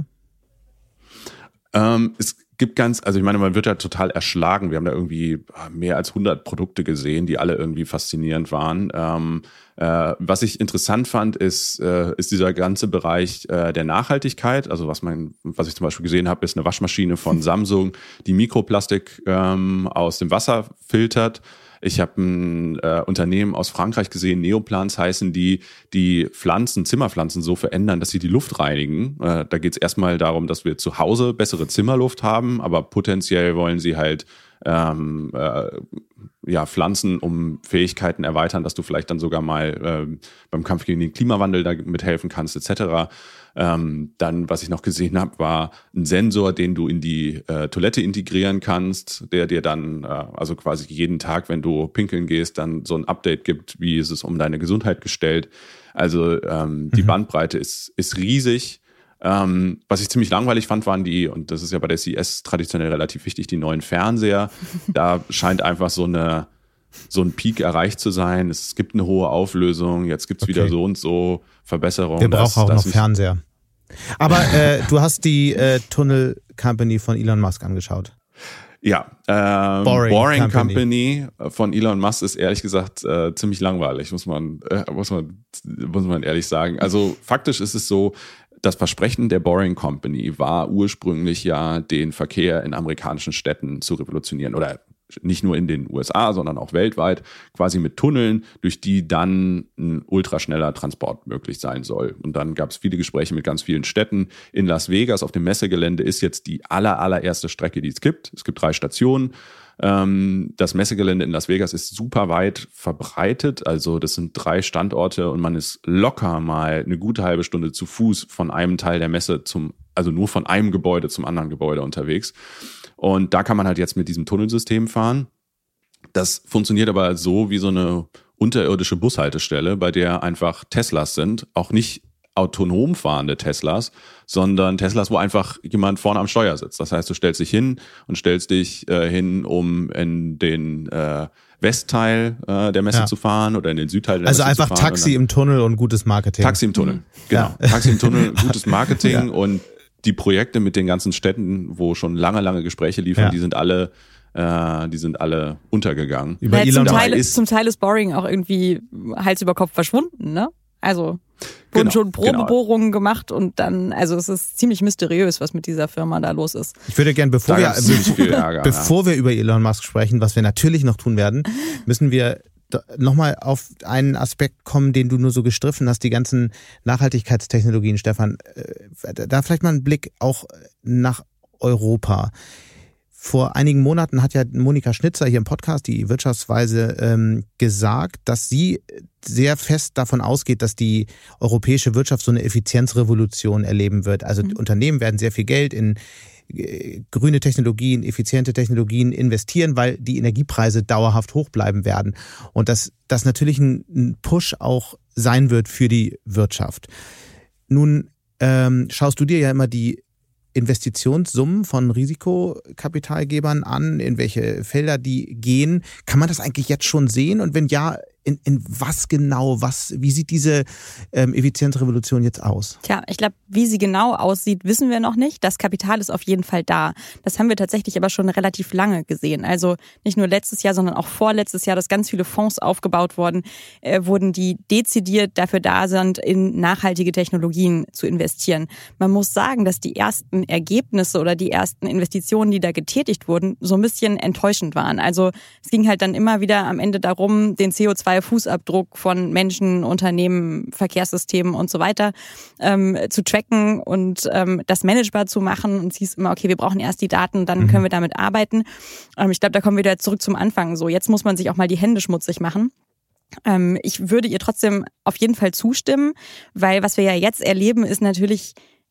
Ähm, es gibt ganz, also ich meine, man wird ja total erschlagen. Wir haben da irgendwie mehr als hundert Produkte gesehen, die alle irgendwie faszinierend waren. Ähm, äh, was ich interessant fand, ist, äh, ist dieser ganze Bereich äh, der Nachhaltigkeit. Also was man, was ich zum Beispiel gesehen habe, ist eine Waschmaschine von Samsung, die Mikroplastik ähm, aus dem Wasser filtert. Ich habe ein äh, Unternehmen aus Frankreich gesehen, Neoplants heißen die, die Pflanzen, Zimmerpflanzen so verändern, dass sie die Luft reinigen. Äh, da geht es erstmal darum, dass wir zu Hause bessere Zimmerluft haben, aber potenziell wollen sie halt ähm, äh, ja, Pflanzen um Fähigkeiten erweitern, dass du vielleicht dann sogar mal äh, beim Kampf gegen den Klimawandel da mithelfen kannst, et cetera. Ähm, dann, was ich noch gesehen habe, war ein Sensor, den du in die äh, Toilette integrieren kannst, der dir dann, äh, also quasi jeden Tag, wenn du pinkeln gehst, dann so ein Update gibt, wie ist es um deine Gesundheit gestellt. Also ähm, die mhm. Bandbreite ist, ist riesig. Ähm, was ich ziemlich langweilig fand, waren die, und das ist ja bei der C E S traditionell relativ wichtig, die neuen Fernseher. Da scheint einfach so eine so ein Peak erreicht zu sein. Es gibt eine hohe Auflösung, jetzt gibt's okay. wieder so und so Verbesserungen. Wir brauchen auch noch Fernseher. Aber äh, du hast die äh, Tunnel Company von Elon Musk angeschaut. Ja, ähm, Boring, Boring Company. Company von Elon Musk ist ehrlich gesagt äh, ziemlich langweilig, muss man, äh, muss man, muss man ehrlich sagen. Also faktisch ist es so, das Versprechen der Boring Company war ursprünglich ja, den Verkehr in amerikanischen Städten zu revolutionieren oder nicht nur in den U S A, sondern auch weltweit, quasi mit Tunneln, durch die dann ein ultraschneller Transport möglich sein soll. Und dann gab es viele Gespräche mit ganz vielen Städten. In Las Vegas auf dem Messegelände ist jetzt die aller, allererste Strecke, die es gibt. Es gibt drei Stationen. Das Messegelände in Las Vegas ist super weit verbreitet. Also das sind drei Standorte und man ist locker mal eine gute halbe Stunde zu Fuß von einem Teil der Messe zum, also nur von einem Gebäude zum anderen Gebäude unterwegs. Und da kann man halt jetzt mit diesem Tunnelsystem fahren. Das funktioniert aber so wie so eine unterirdische Bushaltestelle, bei der einfach Teslas sind, auch nicht autonom fahrende Teslas, sondern Teslas, wo einfach jemand vorne am Steuer sitzt. Das heißt, du stellst dich hin und stellst dich äh, hin, um in den äh, Westteil äh, der Messe ja. zu fahren oder in den Südteil der also Messe zu fahren. Also einfach Taxi im Tunnel und gutes Marketing. Taxi im Tunnel, genau. Ja. Taxi im Tunnel, gutes Marketing ja. und die Projekte mit den ganzen Städten, wo schon lange, lange Gespräche liefern, ja. die sind alle äh, die sind alle untergegangen. Über ja, zum, Teil, ist, zum Teil ist Boring auch irgendwie Hals über Kopf verschwunden, ne? Also wurden genau, schon Probebohrungen genau. gemacht und dann, also es ist ziemlich mysteriös, was mit dieser Firma da los ist. Ich würde gerne, bevor, wir, viel Ärger, bevor ja. wir über Elon Musk sprechen, was wir natürlich noch tun werden, müssen wir nochmal auf einen Aspekt kommen, den du nur so gestriffen hast, die ganzen Nachhaltigkeitstechnologien, Stefan. Da vielleicht mal einen Blick auch nach Europa. Vor einigen Monaten hat ja Monika Schnitzer hier im Podcast, die Wirtschaftsweise, ähm, gesagt, dass sie sehr fest davon ausgeht, dass die europäische Wirtschaft so eine Effizienzrevolution erleben wird. Also mhm. Unternehmen werden sehr viel Geld in äh, grüne Technologien, effiziente Technologien investieren, weil die Energiepreise dauerhaft hoch bleiben werden. Und dass das natürlich ein, ein Push auch sein wird für die Wirtschaft. Nun ähm, schaust du dir ja immer die Investitionssummen von Risikokapitalgebern an, in welche Felder die gehen. Kann man das eigentlich jetzt schon sehen? Und wenn ja, in, in was genau? Was, wie sieht diese ähm, Effizienzrevolution jetzt aus? Tja, ich glaube, wie sie genau aussieht, wissen wir noch nicht. Das Kapital ist auf jeden Fall da. Das haben wir tatsächlich aber schon relativ lange gesehen. Also nicht nur letztes Jahr, sondern auch vorletztes Jahr, dass ganz viele Fonds aufgebaut wurden, äh, wurden, die dezidiert dafür da sind, in nachhaltige Technologien zu investieren. Man muss sagen, dass die ersten Ergebnisse oder die ersten Investitionen, die da getätigt wurden, so ein bisschen enttäuschend waren. Also es ging halt dann immer wieder am Ende darum, den C O zwei Fußabdruck von Menschen, Unternehmen, Verkehrssystemen und so weiter ähm, zu tracken und ähm, das managebar zu machen. Und es hieß immer, okay, wir brauchen erst die Daten, dann mhm. können wir damit arbeiten. Ähm, ich glaube, da kommen wir wieder zurück zum Anfang. So, jetzt muss man sich auch mal die Hände schmutzig machen. Ähm, ich würde ihr trotzdem auf jeden Fall zustimmen, weil was wir ja jetzt erleben, ist natürlich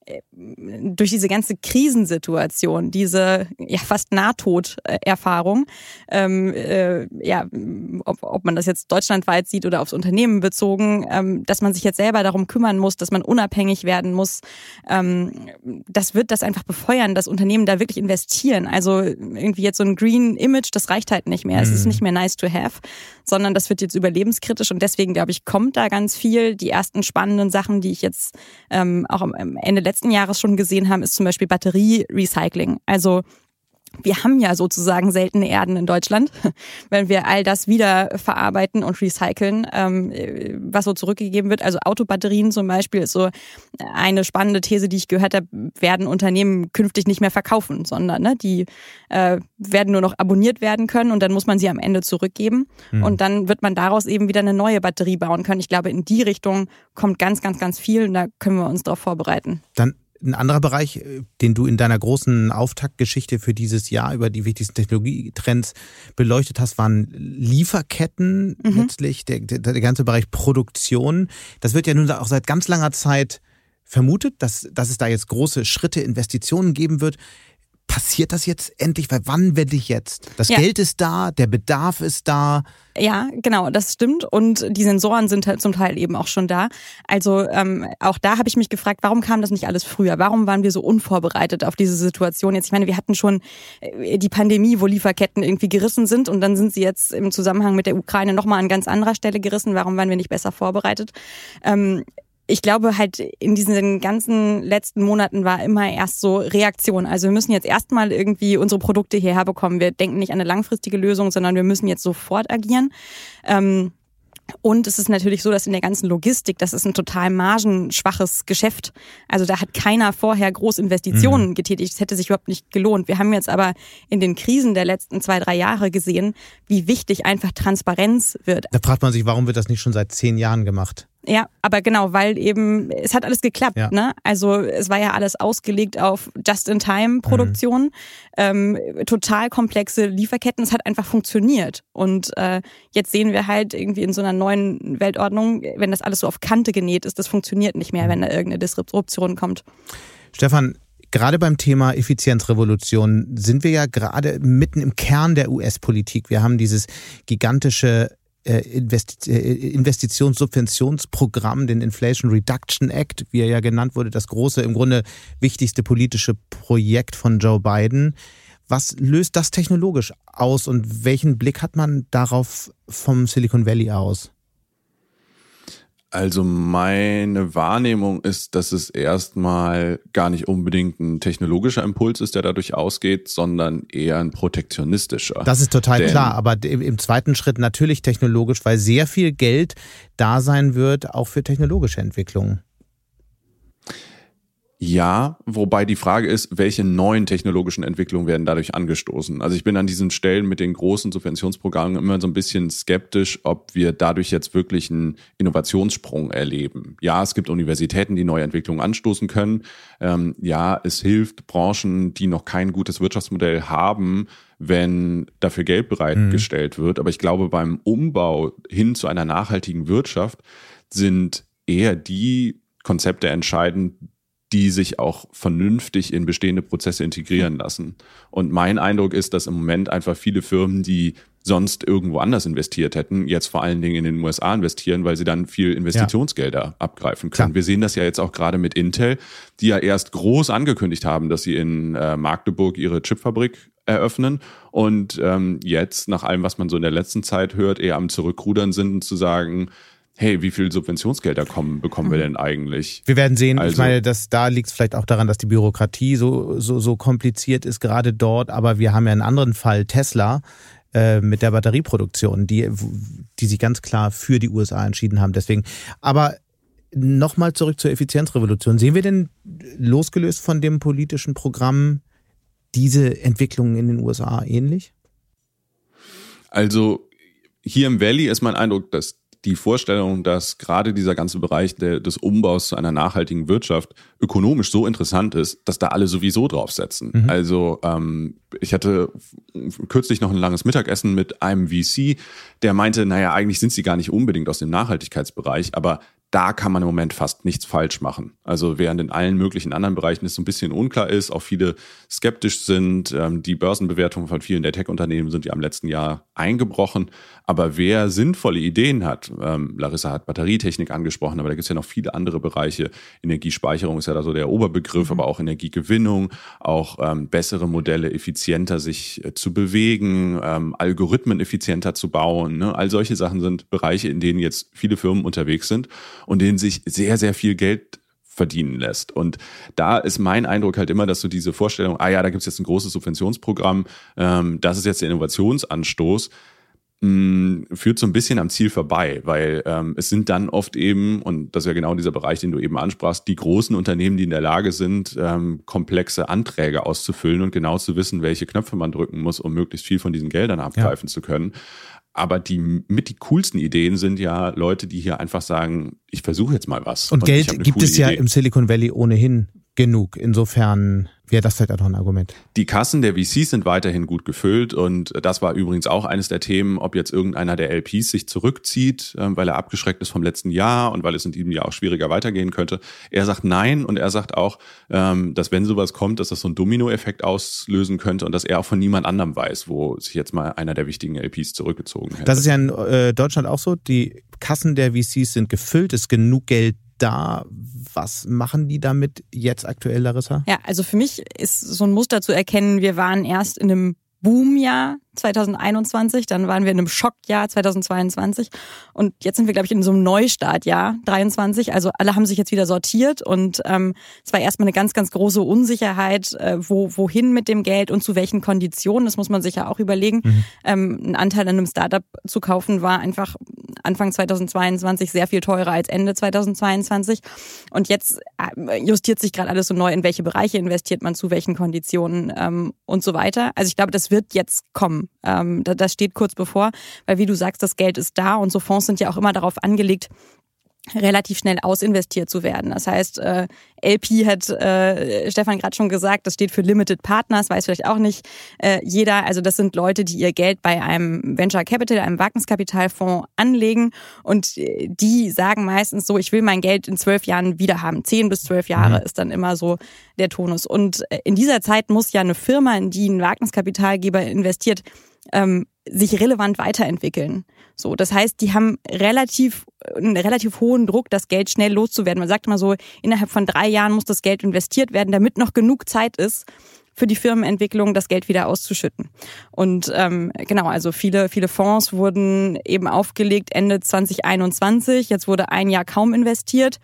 durch diese ganze Krisensituation, diese ja fast Nahtoderfahrung, ähm, äh, ja, ob, ob man das jetzt deutschlandweit sieht oder aufs Unternehmen bezogen, ähm, dass man sich jetzt selber darum kümmern muss, dass man unabhängig werden muss, ähm, das wird das einfach befeuern, dass Unternehmen da wirklich investieren. Also irgendwie jetzt so ein Green Image, das reicht halt nicht mehr. Mhm. Es ist nicht mehr nice to have, sondern das wird jetzt überlebenskritisch und deswegen, glaube ich, kommt da ganz viel. Die ersten spannenden Sachen, die ich jetzt ähm, auch am Ende letzten Jahres schon gesehen haben, ist zum Beispiel Batterierecycling. Also wir haben ja sozusagen seltene Erden in Deutschland, wenn wir all das wieder verarbeiten und recyceln, ähm, was so zurückgegeben wird. Also Autobatterien zum Beispiel ist so eine spannende These, die ich gehört habe, werden Unternehmen künftig nicht mehr verkaufen, sondern ne, die äh, werden nur noch abonniert werden können und dann muss man sie am Ende zurückgeben. Mhm. Und dann wird man daraus eben wieder eine neue Batterie bauen können. Ich glaube, in die Richtung kommt ganz, ganz, ganz viel und da können wir uns darauf vorbereiten. Dann ein anderer Bereich, den du in deiner großen Auftaktgeschichte für dieses Jahr über die wichtigsten Technologietrends beleuchtet hast, waren Lieferketten, mhm. letztlich der, der, der ganze Bereich Produktion. Das wird ja nun auch seit ganz langer Zeit vermutet, dass, dass es da jetzt große Schritte, Investitionen geben wird. Passiert das jetzt endlich? Weil wann werde ich jetzt? Das ja. Geld ist da, der Bedarf ist da. Ja, genau, das stimmt. Und die Sensoren sind halt zum Teil eben auch schon da. Also ähm, auch da habe ich mich gefragt, warum kam das nicht alles früher? Warum waren wir so unvorbereitet auf diese Situation jetzt? Ich meine, wir hatten schon die Pandemie, wo Lieferketten irgendwie gerissen sind und dann sind sie jetzt im Zusammenhang mit der Ukraine nochmal an ganz anderer Stelle gerissen. Warum waren wir nicht besser vorbereitet? Ähm, Ich glaube halt, in diesen ganzen letzten Monaten war immer erst so Reaktion. Also wir müssen jetzt erstmal irgendwie unsere Produkte hierher bekommen. Wir denken nicht an eine langfristige Lösung, sondern wir müssen jetzt sofort agieren. Ähm Und es ist natürlich so, dass in der ganzen Logistik, das ist ein total margenschwaches Geschäft. Also da hat keiner vorher groß Investitionen mhm. getätigt. Das hätte sich überhaupt nicht gelohnt. Wir haben jetzt aber in den Krisen der letzten zwei, drei Jahre gesehen, wie wichtig einfach Transparenz wird. Da fragt man sich, warum wird das nicht schon seit zehn Jahren gemacht? Ja, aber genau, weil eben, es hat alles geklappt, ja. ne? Also es war ja alles ausgelegt auf Just-in-Time-Produktion, mhm. ähm, total komplexe Lieferketten, es hat einfach funktioniert. Und äh, jetzt sehen wir halt irgendwie in so einer neuen Weltordnung, wenn das alles so auf Kante genäht ist, das funktioniert nicht mehr, mhm. wenn da irgendeine Disruption kommt. Stefan, gerade beim Thema Effizienzrevolution sind wir ja gerade mitten im Kern der U S-Politik. Wir haben dieses gigantische Investitionssubventionsprogramm, den Inflation Reduction Act, wie er ja genannt wurde, das große, im Grunde wichtigste politische Projekt von Joe Biden. Was löst das technologisch aus und welchen Blick hat man darauf vom Silicon Valley aus? Also meine Wahrnehmung ist, dass es erstmal gar nicht unbedingt ein technologischer Impuls ist, der dadurch ausgeht, sondern eher ein protektionistischer. Das ist total Denn, klar, aber im zweiten Schritt natürlich technologisch, weil sehr viel Geld da sein wird, auch für technologische Entwicklungen. Ja, wobei die Frage ist, welche neuen technologischen Entwicklungen werden dadurch angestoßen? Also ich bin an diesen Stellen mit den großen Subventionsprogrammen immer so ein bisschen skeptisch, ob wir dadurch jetzt wirklich einen Innovationssprung erleben. Ja, es gibt Universitäten, die neue Entwicklungen anstoßen können. Ähm, ja, es hilft Branchen, die noch kein gutes Wirtschaftsmodell haben, wenn dafür Geld bereitgestellt mhm. wird. Aber ich glaube, beim Umbau hin zu einer nachhaltigen Wirtschaft sind eher die Konzepte entscheidend, die sich auch vernünftig in bestehende Prozesse integrieren lassen. Und mein Eindruck ist, dass im Moment einfach viele Firmen, die sonst irgendwo anders investiert hätten, jetzt vor allen Dingen in den U S A investieren, weil sie dann viel Investitionsgelder ja. abgreifen können. Klar. Wir sehen das ja jetzt auch gerade mit Intel, die ja erst groß angekündigt haben, dass sie in äh, Magdeburg ihre Chipfabrik eröffnen und ähm, jetzt, nach allem, was man so in der letzten Zeit hört, eher am Zurückrudern sind und zu sagen, hey, wie viel Subventionsgelder kommen, bekommen wir denn eigentlich? Wir werden sehen, also, ich meine, dass da liegt es vielleicht auch daran, dass die Bürokratie so, so, so kompliziert ist, gerade dort, aber wir haben ja einen anderen Fall, Tesla, äh, mit der Batterieproduktion, die, die sich ganz klar für die U S A entschieden haben. Deswegen, aber nochmal zurück zur Effizienzrevolution. Sehen wir denn, losgelöst von dem politischen Programm, diese Entwicklungen in den U S A ähnlich? Also hier im Valley ist mein Eindruck, dass die Vorstellung, dass gerade dieser ganze Bereich der, des Umbaus zu einer nachhaltigen Wirtschaft ökonomisch so interessant ist, dass da alle sowieso draufsetzen. Mhm. Also ähm, ich hatte kürzlich noch ein langes Mittagessen mit einem V C, der meinte, naja, eigentlich sind sie gar nicht unbedingt aus dem Nachhaltigkeitsbereich, aber da kann man im Moment fast nichts falsch machen. Also während in allen möglichen anderen Bereichen es so ein bisschen unklar ist, auch viele skeptisch sind, ähm, die Börsenbewertungen von vielen der Tech-Unternehmen sind ja im letzten Jahr eingebrochen. Aber wer sinnvolle Ideen hat, ähm, Larissa hat Batterietechnik angesprochen, aber da gibt es ja noch viele andere Bereiche. Energiespeicherung ist ja da so der Oberbegriff, mhm. aber auch Energiegewinnung, auch ähm, bessere Modelle, effizienter sich äh, zu bewegen, ähm, Algorithmen effizienter zu bauen. Ne? All solche Sachen sind Bereiche, in denen jetzt viele Firmen unterwegs sind und denen sich sehr, sehr viel Geld verdienen lässt. Und da ist mein Eindruck halt immer, dass so diese Vorstellung, ah ja, da gibt es jetzt ein großes Subventionsprogramm, ähm, das ist jetzt der Innovationsanstoß, mh, führt so ein bisschen am Ziel vorbei, weil ähm, es sind dann oft eben, und das ist ja genau dieser Bereich, den du eben ansprachst, die großen Unternehmen, die in der Lage sind, ähm, komplexe Anträge auszufüllen und genau zu wissen, welche Knöpfe man drücken muss, um möglichst viel von diesen Geldern abgreifen ja. zu können. Aber die mit die coolsten Ideen sind ja Leute, die hier einfach sagen, ich versuche jetzt mal was. Und, und Geld gibt es ja Idee. Im Silicon Valley ohnehin genug. Insofern wäre das vielleicht auch noch ein Argument. Die Kassen der V Cs sind weiterhin gut gefüllt und das war übrigens auch eines der Themen, ob jetzt irgendeiner der L Ps sich zurückzieht, weil er abgeschreckt ist vom letzten Jahr und weil es in diesem Jahr auch schwieriger weitergehen könnte. Er sagt nein und er sagt auch, dass wenn sowas kommt, dass das so einen Dominoeffekt auslösen könnte und dass er auch von niemand anderem weiß, wo sich jetzt mal einer der wichtigen L Ps zurückgezogen hätte. Das ist ja in äh, Deutschland auch so. Die Kassen der V Cs sind gefüllt, ist genug Geld da. Was machen die damit jetzt aktuell, Larissa? Ja, also für mich ist so ein Muster zu erkennen, wir waren erst in einem Boomjahr zwanzig einundzwanzig, dann waren wir in einem Schockjahr zwanzig zweiundzwanzig und jetzt sind wir, glaube ich, in so einem Neustartjahr dreiundzwanzig. Also alle haben sich jetzt wieder sortiert und ähm, es war erstmal eine ganz, ganz große Unsicherheit, äh, wo wohin mit dem Geld und zu welchen Konditionen. Das muss man sich ja auch überlegen. Mhm. Ähm, einen Anteil an einem Startup zu kaufen war einfach Anfang zwanzig zweiundzwanzig sehr viel teurer als Ende zwanzig zweiundzwanzig. Und jetzt justiert sich gerade alles so neu, in welche Bereiche investiert man, zu welchen Konditionen ähm, und so weiter. Also ich glaube, das wird jetzt kommen. Ähm, das steht kurz bevor, weil wie du sagst, das Geld ist da und so Fonds sind ja auch immer darauf angelegt, relativ schnell ausinvestiert zu werden. Das heißt, äh, L P hat äh, Stefan gerade schon gesagt, das steht für Limited Partners, weiß vielleicht auch nicht äh, jeder. Also das sind Leute, die ihr Geld bei einem Venture Capital, einem Wagniskapitalfonds anlegen und die sagen meistens so, ich will mein Geld in zwölf Jahren wieder haben. Zehn bis zwölf Jahre ist dann immer so der Tonus. Und in dieser Zeit muss ja eine Firma, in die ein Wagniskapitalgeber investiert, ähm, sich relevant weiterentwickeln. So, das heißt, die haben relativ einen relativ hohen Druck, das Geld schnell loszuwerden. Man sagt immer so, innerhalb von drei Jahren muss das Geld investiert werden, damit noch genug Zeit ist, für die Firmenentwicklung das Geld wieder auszuschütten. Und ähm, genau, also viele viele Fonds wurden eben aufgelegt Ende zwanzig einundzwanzig. Jetzt wurde ein Jahr kaum investiert.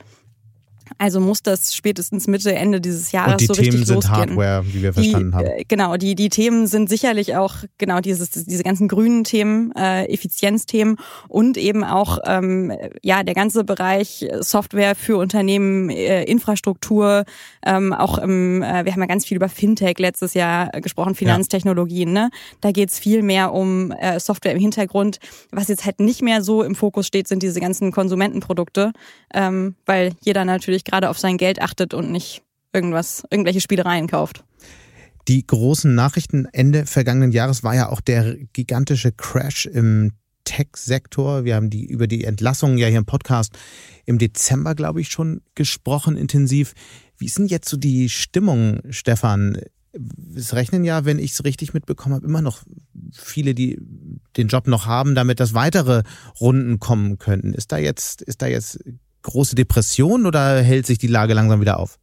Also muss das spätestens Mitte, Ende dieses Jahres so richtig losgehen. Und die Themen sind Hardware, wie wir verstanden die, haben. Äh, genau, die die Themen sind sicherlich auch genau dieses diese ganzen grünen Themen, äh, Effizienzthemen und eben auch ähm, ja der ganze Bereich Software für Unternehmen, äh, Infrastruktur, ähm, auch im, äh, wir haben ja ganz viel über Fintech letztes Jahr gesprochen, Finanztechnologien. Ja. Ne? Da geht's viel mehr um äh, Software im Hintergrund. Was jetzt halt nicht mehr so im Fokus steht, sind diese ganzen Konsumentenprodukte, ähm, weil jeder natürlich gerade auf sein Geld achtet und nicht irgendwas, irgendwelche Spielereien kauft. Die großen Nachrichten Ende vergangenen Jahres war ja auch der gigantische Crash im Tech-Sektor. Wir haben die über die Entlassungen ja hier im Podcast im Dezember, glaube ich, schon gesprochen, intensiv. Wie ist denn jetzt so die Stimmung, Stefan? Es rechnen ja, wenn ich es richtig mitbekommen habe, immer noch viele, die den Job noch haben, damit dass weitere Runden kommen könnten. Ist da jetzt, ist da jetzt große Depression oder hält sich die Lage langsam wieder auf?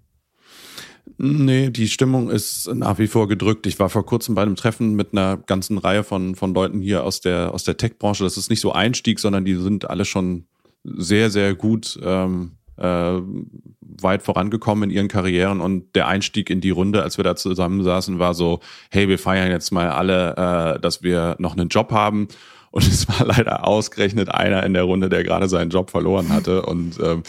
Nee, die Stimmung ist nach wie vor gedrückt. Ich war vor kurzem bei einem Treffen mit einer ganzen Reihe von von Leuten hier aus der aus der Tech-Branche. Das ist nicht so Einstieg, sondern die sind alle schon sehr, sehr gut ähm, äh, weit vorangekommen in ihren Karrieren. Und der Einstieg in die Runde, als wir da zusammensaßen, war so, hey, wir feiern jetzt mal alle, äh, dass wir noch einen Job haben. Und es war leider ausgerechnet einer in der Runde, der gerade seinen Job verloren hatte. Und ähm,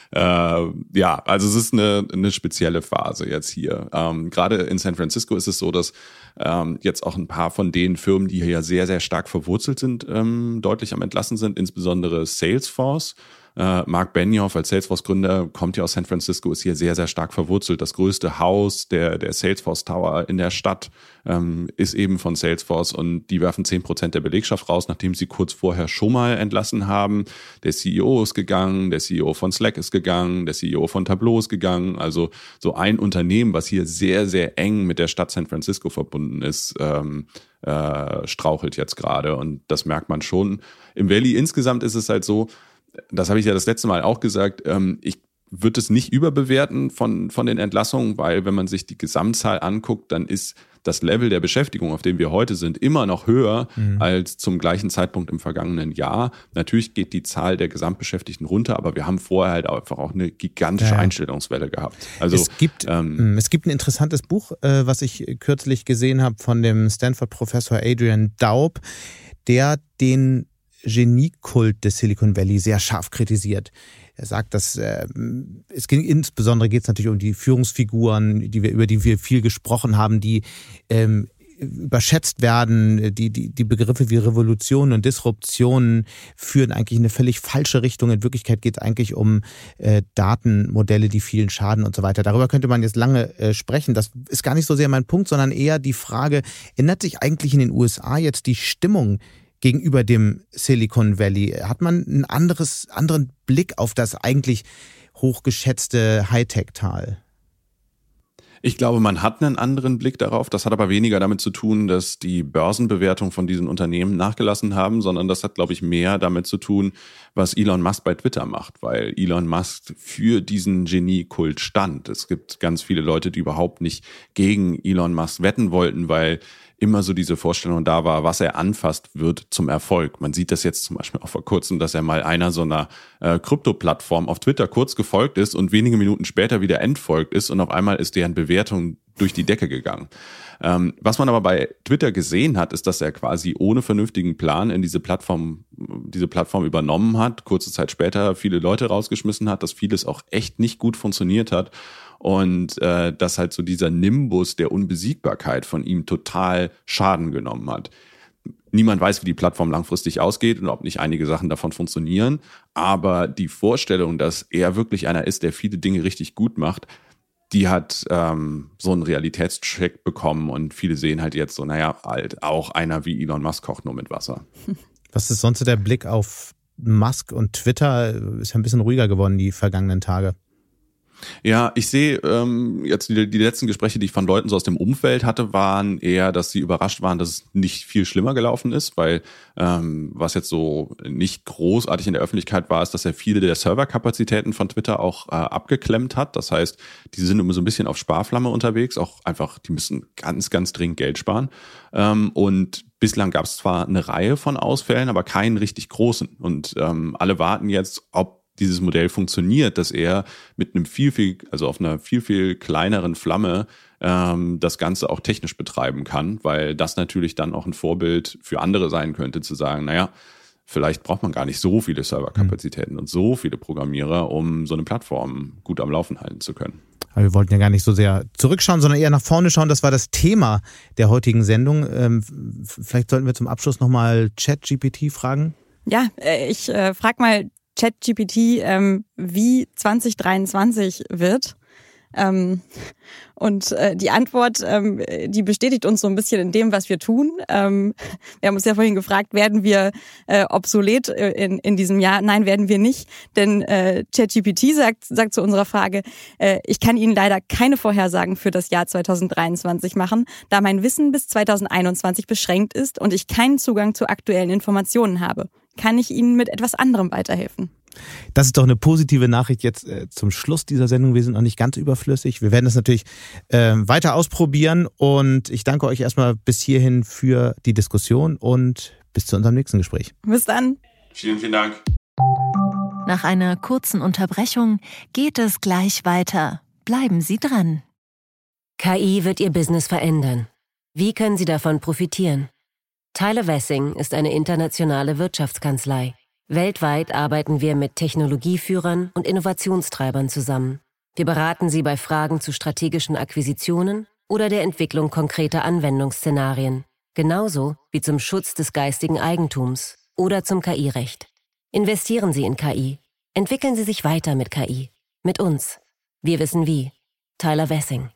äh, ja, also es ist eine, eine spezielle Phase jetzt hier. Ähm, gerade in San Francisco ist es so, dass ähm, jetzt auch ein paar von den Firmen, die hier sehr, sehr stark verwurzelt sind, ähm, deutlich am Entlassen sind, insbesondere Salesforce. Äh, Mark Benioff als Salesforce-Gründer kommt ja aus San Francisco, ist hier sehr, sehr stark verwurzelt. Das größte Haus, der der Salesforce Tower in der Stadt, ähm, ist eben von Salesforce und die werfen zehn Prozent der Belegschaft raus, nachdem sie kurz vorher schon mal entlassen haben. Der C E O ist gegangen, der C E O von Slack ist gegangen, der C E O von Tableau ist gegangen. Also so ein Unternehmen, was hier sehr, sehr eng mit der Stadt San Francisco verbunden ist, ähm, äh, strauchelt jetzt gerade und das merkt man schon. Im Valley insgesamt ist es halt so, das habe ich ja das letzte Mal auch gesagt, ich würde es nicht überbewerten von, von den Entlassungen, weil wenn man sich die Gesamtzahl anguckt, dann ist das Level der Beschäftigung, auf dem wir heute sind, immer noch höher mhm. als zum gleichen Zeitpunkt im vergangenen Jahr. Natürlich geht die Zahl der Gesamtbeschäftigten runter, aber wir haben vorher halt einfach auch eine gigantische ja. Einstellungswelle gehabt. Also es gibt, ähm, es gibt ein interessantes Buch, äh, was ich kürzlich gesehen habe von dem Stanford-Professor Adrian Daub, der den Geniekult des Silicon Valley sehr scharf kritisiert. Er sagt, dass äh, es ging insbesondere geht es natürlich um die Führungsfiguren, die wir über die wir viel gesprochen haben, die ähm, überschätzt werden. Die die die Begriffe wie Revolution und Disruption führen eigentlich in eine völlig falsche Richtung. In Wirklichkeit geht es eigentlich um äh, Datenmodelle, die vielen schaden und so weiter. Darüber könnte man jetzt lange äh, sprechen. Das ist gar nicht so sehr mein Punkt, sondern eher die Frage: Ändert sich eigentlich in den U S A jetzt die Stimmung gegenüber dem Silicon Valley? Hat man einen anderes, anderen Blick auf das eigentlich hochgeschätzte Hightech-Tal? Ich glaube, man hat einen anderen Blick darauf. Das hat aber weniger damit zu tun, dass die Börsenbewertung von diesen Unternehmen nachgelassen haben, sondern das hat, glaube ich, mehr damit zu tun, was Elon Musk bei Twitter macht, weil Elon Musk für diesen Geniekult stand. Es gibt ganz viele Leute, die überhaupt nicht gegen Elon Musk wetten wollten, weil immer so diese Vorstellung da war, was er anfasst, wird zum Erfolg. Man sieht das jetzt zum Beispiel auch vor kurzem, dass er mal einer so einer äh, Krypto-Plattform auf Twitter kurz gefolgt ist und wenige Minuten später wieder entfolgt ist und auf einmal ist deren Bewertung durch die Decke gegangen. Ähm, was man aber bei Twitter gesehen hat, ist, dass er quasi ohne vernünftigen Plan in diese Plattform, diese Plattform übernommen hat, kurze Zeit später viele Leute rausgeschmissen hat, dass vieles auch echt nicht gut funktioniert hat und äh, dass halt so dieser Nimbus der Unbesiegbarkeit von ihm total Schaden genommen hat. Niemand weiß, wie die Plattform langfristig ausgeht und ob nicht einige Sachen davon funktionieren, aber die Vorstellung, dass er wirklich einer ist, der viele Dinge richtig gut macht, die hat ähm, so einen Realitätscheck bekommen und viele sehen halt jetzt so, naja, halt auch einer wie Elon Musk kocht nur mit Wasser. Was ist sonst so der Blick auf Musk und Twitter? Ist ja ein bisschen ruhiger geworden die vergangenen Tage. Ja, ich sehe ähm, jetzt die, die letzten Gespräche, die ich von Leuten so aus dem Umfeld hatte, waren eher, dass sie überrascht waren, dass es nicht viel schlimmer gelaufen ist, weil ähm, was jetzt so nicht großartig in der Öffentlichkeit war, ist, dass er viele der Serverkapazitäten von Twitter auch äh, abgeklemmt hat. Das heißt, die sind immer so ein bisschen auf Sparflamme unterwegs, auch einfach, die müssen ganz, ganz dringend Geld sparen. Ähm, und bislang gab es zwar eine Reihe von Ausfällen, aber keinen richtig großen. Und ähm, alle warten jetzt, ob dieses Modell funktioniert, dass er mit einem viel, viel, also auf einer viel, viel kleineren Flamme ähm, das Ganze auch technisch betreiben kann, weil das natürlich dann auch ein Vorbild für andere sein könnte, zu sagen, naja, vielleicht braucht man gar nicht so viele Serverkapazitäten mhm. und so viele Programmierer, um so eine Plattform gut am Laufen halten zu können. Aber wir wollten ja gar nicht so sehr zurückschauen, sondern eher nach vorne schauen. Das war das Thema der heutigen Sendung. Ähm, vielleicht sollten wir zum Abschluss nochmal ChatGPT fragen. Ja, ich äh, frage mal ChatGPT, ähm, wie zwanzig dreiundzwanzig wird. Ähm, und äh, die Antwort, ähm, die bestätigt uns so ein bisschen in dem, was wir tun. Ähm, wir haben uns ja vorhin gefragt, werden wir äh, obsolet in, in diesem Jahr? Nein, werden wir nicht. Denn äh, ChatGPT sagt, sagt zu unserer Frage, äh, ich kann Ihnen leider keine Vorhersagen für das Jahr zwanzig dreiundzwanzig machen, da mein Wissen bis zwanzig einundzwanzig beschränkt ist und ich keinen Zugang zu aktuellen Informationen habe. Kann ich Ihnen mit etwas anderem weiterhelfen? Das ist doch eine positive Nachricht jetzt äh, zum Schluss dieser Sendung. Wir sind noch nicht ganz überflüssig. Wir werden das natürlich äh, weiter ausprobieren und ich danke euch erstmal bis hierhin für die Diskussion und bis zu unserem nächsten Gespräch. Bis dann. Vielen, vielen Dank. Nach einer kurzen Unterbrechung geht es gleich weiter. Bleiben Sie dran. K I wird Ihr Business verändern. Wie können Sie davon profitieren? Tyler Wessing ist eine internationale Wirtschaftskanzlei. Weltweit arbeiten wir mit Technologieführern und Innovationstreibern zusammen. Wir beraten sie bei Fragen zu strategischen Akquisitionen oder der Entwicklung konkreter Anwendungsszenarien, genauso wie zum Schutz des geistigen Eigentums oder zum K I-Recht. Investieren Sie in K I. Entwickeln Sie sich weiter mit K I. Mit uns. Wir wissen wie. Tyler Wessing.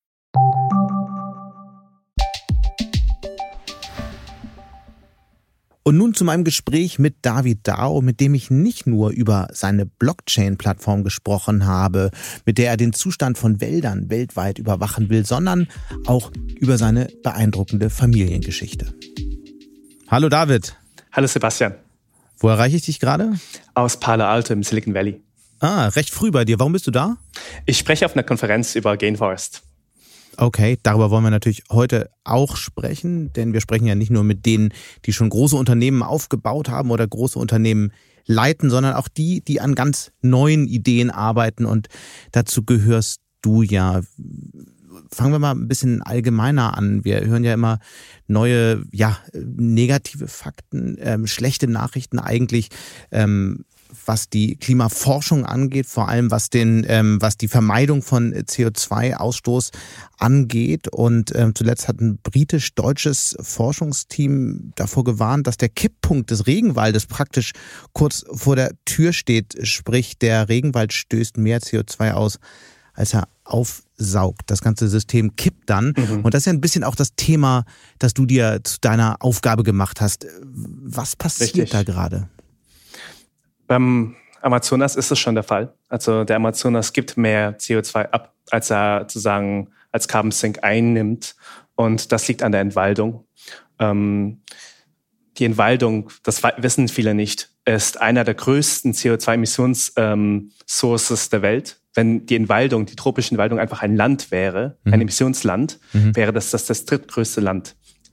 Und nun zu meinem Gespräch mit David Dao, mit dem ich nicht nur über seine Blockchain-Plattform gesprochen habe, mit der er den Zustand von Wäldern weltweit überwachen will, sondern auch über seine beeindruckende Familiengeschichte. Hallo David. Hallo Sebastian. Wo erreiche ich dich gerade? Aus Palo Alto im Silicon Valley. Ah, recht früh bei dir. Warum bist du da? Ich spreche auf einer Konferenz über Gainforest. Okay, darüber wollen wir natürlich heute auch sprechen, denn wir sprechen ja nicht nur mit denen, die schon große Unternehmen aufgebaut haben oder große Unternehmen leiten, sondern auch die, die an ganz neuen Ideen arbeiten und dazu gehörst du ja. Fangen wir mal ein bisschen allgemeiner an. Wir hören ja immer neue, ja, negative Fakten, ähm, schlechte Nachrichten eigentlich, ähm, was die Klimaforschung angeht, vor allem was den, ähm, was die Vermeidung von C O zwei Ausstoß angeht. Und ähm, zuletzt hat ein britisch-deutsches Forschungsteam davor gewarnt, dass der Kipppunkt des Regenwaldes praktisch kurz vor der Tür steht. Sprich, der Regenwald stößt mehr C O zwei aus, als er aufsaugt. Das ganze System kippt dann. Mhm. Und das ist ja ein bisschen auch das Thema, das du dir zu deiner Aufgabe gemacht hast. Was passiert Richtig. da gerade? Beim Amazonas ist es schon der Fall. Also der Amazonas gibt mehr C O zwei ab, als er sozusagen als Carbon Sink einnimmt. Und das liegt an der Entwaldung. Ähm, die Entwaldung, das wissen viele nicht, ist einer der größten C O zwei Emissionssources ähm, der Welt. Wenn die Entwaldung, die tropische Entwaldung einfach ein Land wäre, mhm. ein Emissionsland, mhm. wäre das, das das drittgrößte Land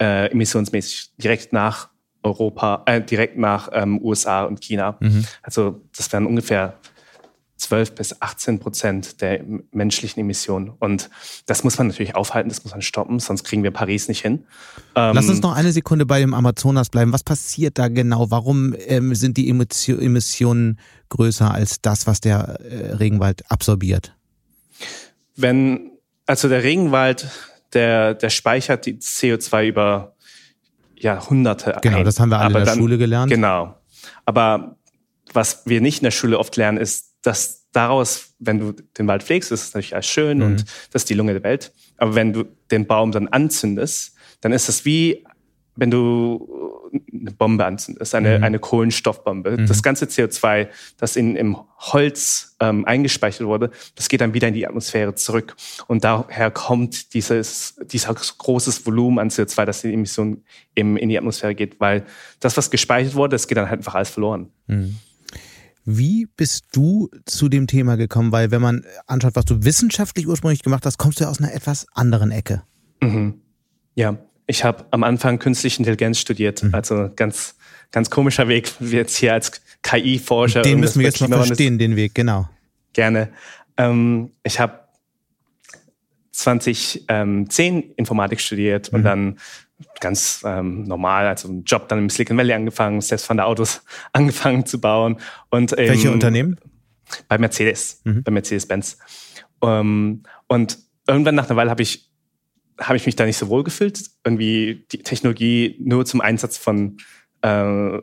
äh, emissionsmäßig direkt nach Europa, äh, direkt nach ähm, U S A und China. Mhm. Also das wären ungefähr zwölf bis achtzehn Prozent der menschlichen Emissionen. Und das muss man natürlich aufhalten, das muss man stoppen, sonst kriegen wir Paris nicht hin. Ähm, Lass uns noch eine Sekunde bei dem Amazonas bleiben. Was passiert da genau? Warum ähm, sind die Emissionen größer als das, was der äh, Regenwald absorbiert? Wenn, also der Regenwald, der, der speichert die C O zwei über Jahrhunderte Genau, ein. das haben wir alle Aber in der dann, Schule gelernt. Genau. Aber was wir nicht in der Schule oft lernen, ist, dass daraus, wenn du den Wald pflegst, ist es natürlich alles schön Mhm. und das ist die Lunge der Welt. Aber wenn du den Baum dann anzündest, dann ist es wie, wenn du eine Bombe anzündest, eine, Mhm. eine Kohlenstoffbombe. Mhm. Das ganze C O zwei, das in, im Holz ähm, eingespeichert wurde, das geht dann wieder in die Atmosphäre zurück. Und daher kommt dieses, dieser großes Volumen an C O zwei, das in die Emission eben in die Atmosphäre geht, weil das, was gespeichert wurde, das geht dann halt einfach alles verloren. Mhm. Wie bist du zu dem Thema gekommen? Weil wenn man anschaut, was du wissenschaftlich ursprünglich gemacht hast, kommst du ja aus einer etwas anderen Ecke. Mhm. Ja, ich habe am Anfang künstliche Intelligenz studiert. Mhm. Also ganz, ganz komischer Weg, wie jetzt hier als K I-Forscher. Den müssen wir jetzt mal verstehen, den Weg, genau. Gerne. Ähm, ich habe zwanzig zehn Informatik studiert mhm. und dann ganz ähm, normal, also einen Job dann im Silicon Valley angefangen, selbstfahrende Autos angefangen zu bauen. Und, ähm, welche Unternehmen? Bei Mercedes, mhm. bei Mercedes-Benz. Ähm, und irgendwann nach einer Weile habe ich, hab ich mich da nicht so wohl gefühlt, irgendwie die Technologie nur zum Einsatz von äh,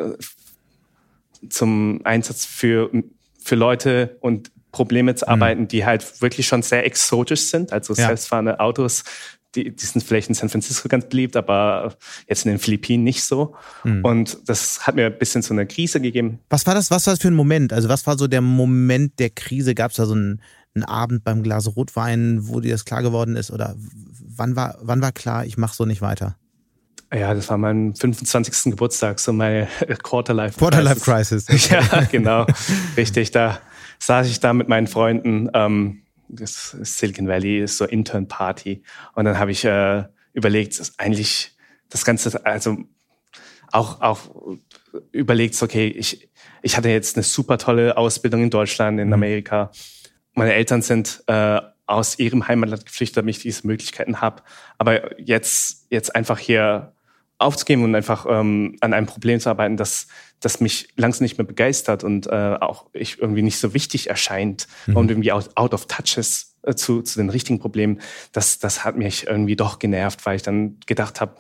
zum Einsatz für, für Leute und Probleme zu arbeiten, mhm. die halt wirklich schon sehr exotisch sind, also ja. selbstfahrende Autos. Die, die sind vielleicht in San Francisco ganz beliebt, aber jetzt in den Philippinen nicht so. Mhm. Und das hat mir ein bisschen so eine Krise gegeben. Was war das, was war das für ein Moment? Also was war so der Moment der Krise? Gab es da so einen, einen Abend beim Glas Rotwein, wo dir das klar geworden ist? Oder wann war, wann war klar, ich mache so nicht weiter? Ja, das war mein fünfundzwanzigsten Geburtstag, so meine Quarterlife-Crisis. Quarterlife-Crisis. Ja, genau. Richtig, da saß ich da mit meinen Freunden, ähm, das Silicon Valley ist so Intern-Party. Und dann habe ich äh, überlegt, dass eigentlich das Ganze, also auch, auch überlegt, okay, ich, ich hatte jetzt eine super tolle Ausbildung in Deutschland, in Amerika. Meine Eltern sind äh, aus ihrem Heimatland geflüchtet, damit ich diese Möglichkeiten habe. Aber jetzt, jetzt einfach hier aufzugeben und einfach ähm, an einem Problem zu arbeiten, das, das mich langsam nicht mehr begeistert und äh, auch ich irgendwie nicht so wichtig erscheint mhm. und irgendwie out, out of touch ist äh, zu, zu den richtigen Problemen, das, das hat mich irgendwie doch genervt, weil ich dann gedacht habe,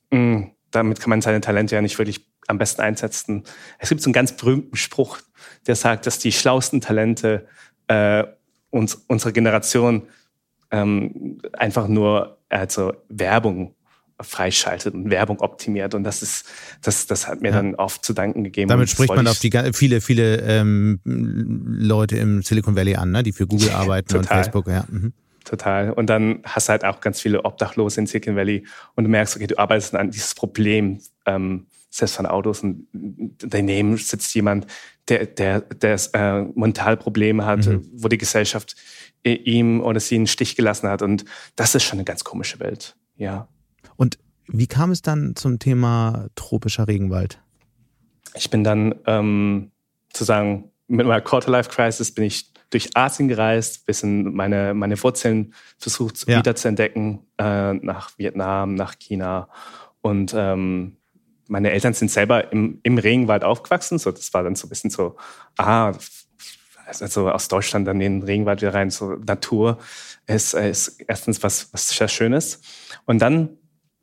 damit kann man seine Talente ja nicht wirklich am besten einsetzen. Es gibt so einen ganz berühmten Spruch, der sagt, dass die schlauesten Talente äh, uns, unsere Generation ähm, einfach nur also Werbung freischaltet und Werbung optimiert. Und das ist, das, das hat mir ja. dann oft zu danken gegeben. Damit spricht man auf die viele, viele ähm, Leute im Silicon Valley an, ne, die für Google arbeiten und Facebook. Ja. Mhm. Total. Und dann hast du halt auch ganz viele Obdachlose in Silicon Valley und du merkst, okay, du arbeitest an dieses Problem, ähm, selbst von Autos und daneben sitzt jemand, der, der, der äh, Mentalprobleme hat, mhm. wo die Gesellschaft ihm oder sie einen Stich gelassen hat. Und das ist schon eine ganz komische Welt. Ja. Und wie kam es dann zum Thema tropischer Regenwald? Ich bin dann ähm, sozusagen mit meiner Quarter-Life-Crisis bin ich durch Asien gereist, bisschen meine, meine Wurzeln versucht ja. wieder zu entdecken, äh, nach Vietnam, nach China. Und ähm, meine Eltern sind selber im, im Regenwald aufgewachsen. So, das war dann so ein bisschen so, aha, also aus Deutschland dann in den Regenwald wieder rein, so Natur ist, ist erstens was, was sehr Schönes. Und dann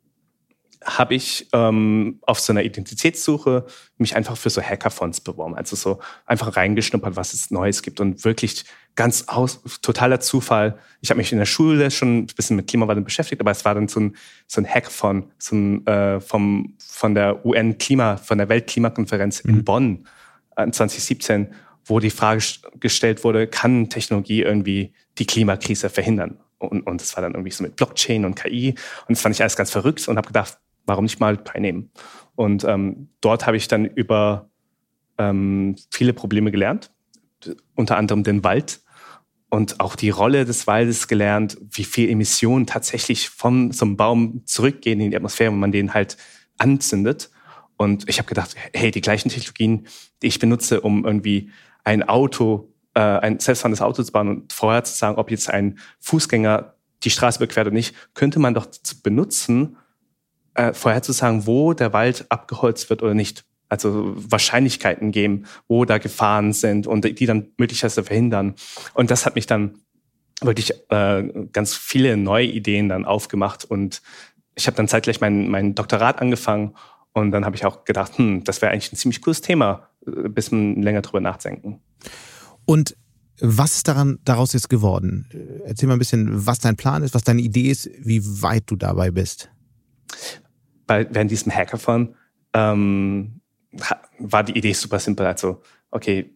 habe ich ähm, auf so einer Identitätssuche mich einfach für so Hackathons beworben. Also so einfach reingeschnuppert, was es Neues gibt und wirklich ganz aus, totaler Zufall. Ich habe mich in der Schule schon ein bisschen mit Klimawandel beschäftigt, aber es war dann so ein, so ein Hackathon so ein, äh, vom, von der U N-Klima, von der Weltklimakonferenz mhm. in Bonn äh, zwanzig siebzehn, wo die Frage gestellt wurde, kann Technologie irgendwie die Klimakrise verhindern? Und, und das war dann irgendwie so mit Blockchain und K I. Und das fand ich alles ganz verrückt und habe gedacht, warum nicht mal teilnehmen? Und ähm, dort habe ich dann über ähm, viele Probleme gelernt, unter anderem den Wald. und auch die Rolle des Waldes gelernt, wie viel Emissionen tatsächlich von so einem Baum zurückgehen in die Atmosphäre, wenn man den halt anzündet. Und ich habe gedacht, hey, die gleichen Technologien, die ich benutze, um irgendwie ein Auto, äh, ein selbstfahrendes Auto zu bauen und vorher zu sagen, ob jetzt ein Fußgänger die Straße überquert oder nicht, könnte man doch benutzen, äh, vorher zu sagen, wo der Wald abgeholzt wird oder nicht. Also Wahrscheinlichkeiten geben, wo da Gefahren sind und die dann möglicherweise verhindern. Und das hat mich dann wirklich äh, ganz viele neue Ideen dann aufgemacht. Und ich habe dann zeitgleich mein, mein Doktorat angefangen. Und dann habe ich auch gedacht, hm, das wäre eigentlich ein ziemlich cooles Thema, ein bisschen länger drüber nachdenken. Und was ist daran, daraus jetzt geworden? Erzähl mal ein bisschen, was dein Plan ist, was deine Idee ist, wie weit du dabei bist. Bei, während diesem Hackathon ähm, war die Idee super simpel. Also, okay,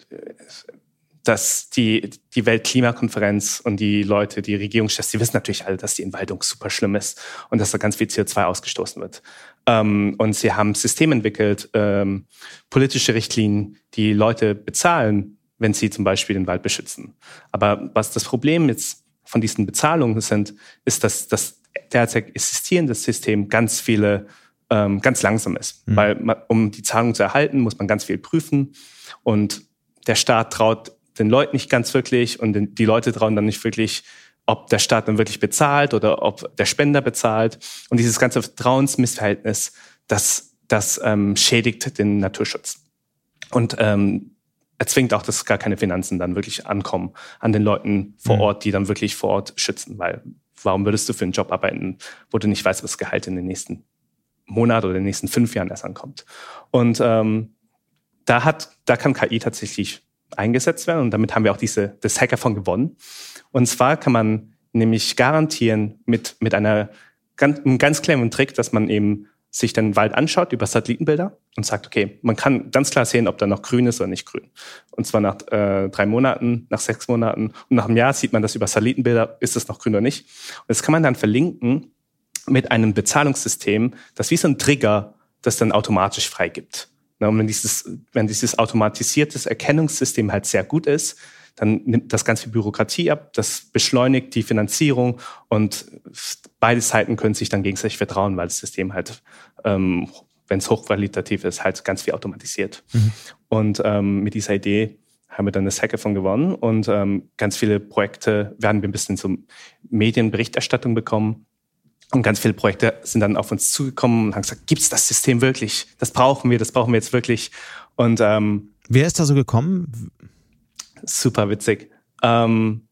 dass die, die Weltklimakonferenz und die Leute, die Regierungschefs, die wissen natürlich alle, dass die Entwaldung super schlimm ist und dass da ganz viel C O zwei ausgestoßen wird. Ähm, und sie haben ein System entwickelt, ähm, politische Richtlinien, die Leute bezahlen, wenn sie zum Beispiel den Wald beschützen. Aber was das Problem jetzt von diesen Bezahlungen sind, ist, dass das derzeit existierende System ganz viele ähm, ganz langsam ist. Mhm. Weil man, um die Zahlung zu erhalten, muss man ganz viel prüfen und der Staat traut den Leuten nicht ganz wirklich und die Leute trauen dann nicht wirklich, ob der Staat dann wirklich bezahlt oder ob der Spender bezahlt. Und dieses ganze Vertrauensmissverhältnis, das, das ähm, schädigt den Naturschutz. Und ähm, erzwingt auch, dass gar keine Finanzen dann wirklich ankommen an den Leuten vor mhm. Ort, die dann wirklich vor Ort schützen. Weil warum würdest du für einen Job arbeiten, wo du nicht weißt, was das Gehalt in den nächsten Monat oder in den nächsten fünf Jahren erst ankommt? Und ähm, da hat, da kann K I tatsächlich eingesetzt werden und damit haben wir auch diese, das Hackathon gewonnen. Und zwar kann man nämlich garantieren mit, mit einer ganz, einem ganz cleveren Trick, dass man eben sich den Wald anschaut über Satellitenbilder und sagt, okay, man kann ganz klar sehen, ob da noch grün ist oder nicht grün. Und zwar nach äh, drei Monaten, nach sechs Monaten und nach einem Jahr sieht man das über Satellitenbilder, ist es noch grün oder nicht. Und das kann man dann verlinken mit einem Bezahlungssystem, das wie so ein Trigger, das dann automatisch freigibt. Und wenn dieses, wenn dieses automatisiertes Erkennungssystem halt sehr gut ist, dann nimmt das ganz viel Bürokratie ab, das beschleunigt die Finanzierung und beide Seiten können sich dann gegenseitig vertrauen, weil das System halt, ähm, wenn es hochqualitativ ist, halt ganz viel automatisiert. Mhm. Und ähm, mit dieser Idee haben wir dann das Hackathon gewonnen und ähm, ganz viele Projekte werden wir ein bisschen zur Medienberichterstattung bekommen. Und ganz viele Projekte sind dann auf uns zugekommen und haben gesagt, gibt's das System wirklich? Das brauchen wir, das brauchen wir jetzt wirklich. Und ähm, wer ist da so gekommen? Super witzig. Ähm,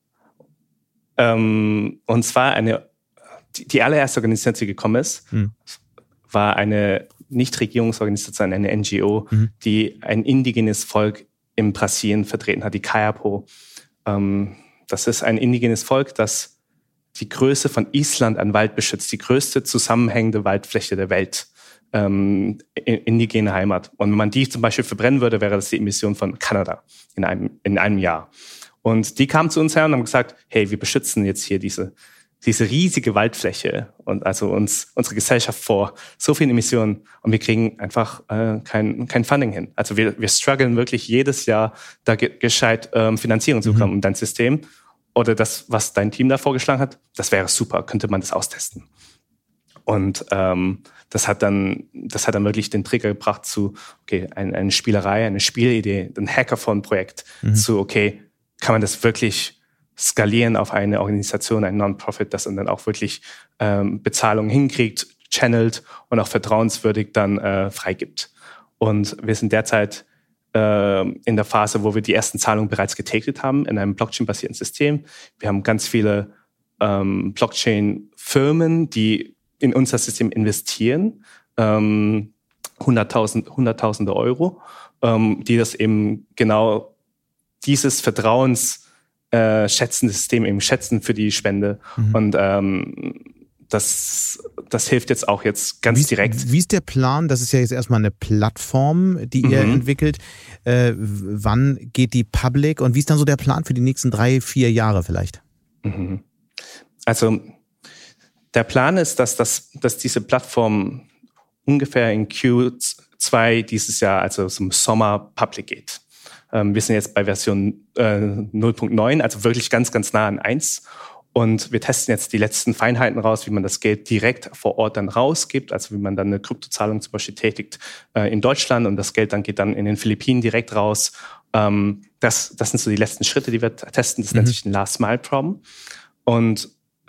ähm, und zwar eine, die, die allererste Organisation, die gekommen ist, hm. war eine Nichtregierungsorganisation, eine N G O, mhm. die ein indigenes Volk in Brasilien vertreten hat, die Kayapo. Ähm, das ist ein indigenes Volk, das die Größe von Island an Wald beschützt, die größte zusammenhängende Waldfläche der Welt, ähm, indigene Heimat. Und wenn man die zum Beispiel verbrennen würde, wäre das die Emission von Kanada in einem, in einem Jahr. Und die kamen zu uns her und haben gesagt, hey, wir beschützen jetzt hier diese, diese riesige Waldfläche und also uns, unsere Gesellschaft vor so vielen Emissionen und wir kriegen einfach äh, kein, kein Funding hin. Also wir, wir strugglen wirklich jedes Jahr, da ge- gescheit ähm, Finanzierung zu bekommen, mhm. um dein System oder das, was dein Team da vorgeschlagen hat, das wäre super, könnte man das austesten. Und ähm, das hat dann, das hat dann wirklich den Trigger gebracht zu, okay, ein, eine Spielerei, eine Spielidee, ein Hackathon-Projekt mhm. zu, okay, kann man das wirklich skalieren auf eine Organisation, ein Non-Profit, das dann auch wirklich ähm, Bezahlungen hinkriegt, channelt und auch vertrauenswürdig dann äh, freigibt. Und wir sind derzeit äh, in der Phase, wo wir die ersten Zahlungen bereits getätigt haben in einem Blockchain-basierten System. Wir haben ganz viele ähm, Blockchain-Firmen, die in unser System investieren, ähm, hunderttausend, hunderttausende Euro, ähm, die das eben genau dieses Vertrauens äh, schätzende System eben schätzen für die Spende. Mhm. Und ähm, das, das hilft jetzt auch jetzt ganz wie, direkt. Wie ist der Plan? Das ist ja jetzt erstmal eine Plattform, die ihr mhm. entwickelt. Äh, wann geht die public und wie ist dann so der Plan für die nächsten drei, vier Jahre vielleicht? Mhm. Also der Plan ist, dass, dass, dass diese Plattform ungefähr in Q zwei dieses Jahr, also zum Sommer, public geht. Ähm, wir sind jetzt bei Version äh, null Punkt neun, also wirklich ganz, ganz nah an eins. Und wir testen jetzt die letzten Feinheiten raus, wie man das Geld direkt vor Ort dann rausgibt, also wie man dann eine Kryptozahlung zum Beispiel tätigt äh, in Deutschland und das Geld dann geht dann in den Philippinen direkt raus. Ähm, das, das sind so die letzten Schritte, die wir testen. Das mhm. nennt sich ein Last-Mile-Problem. Und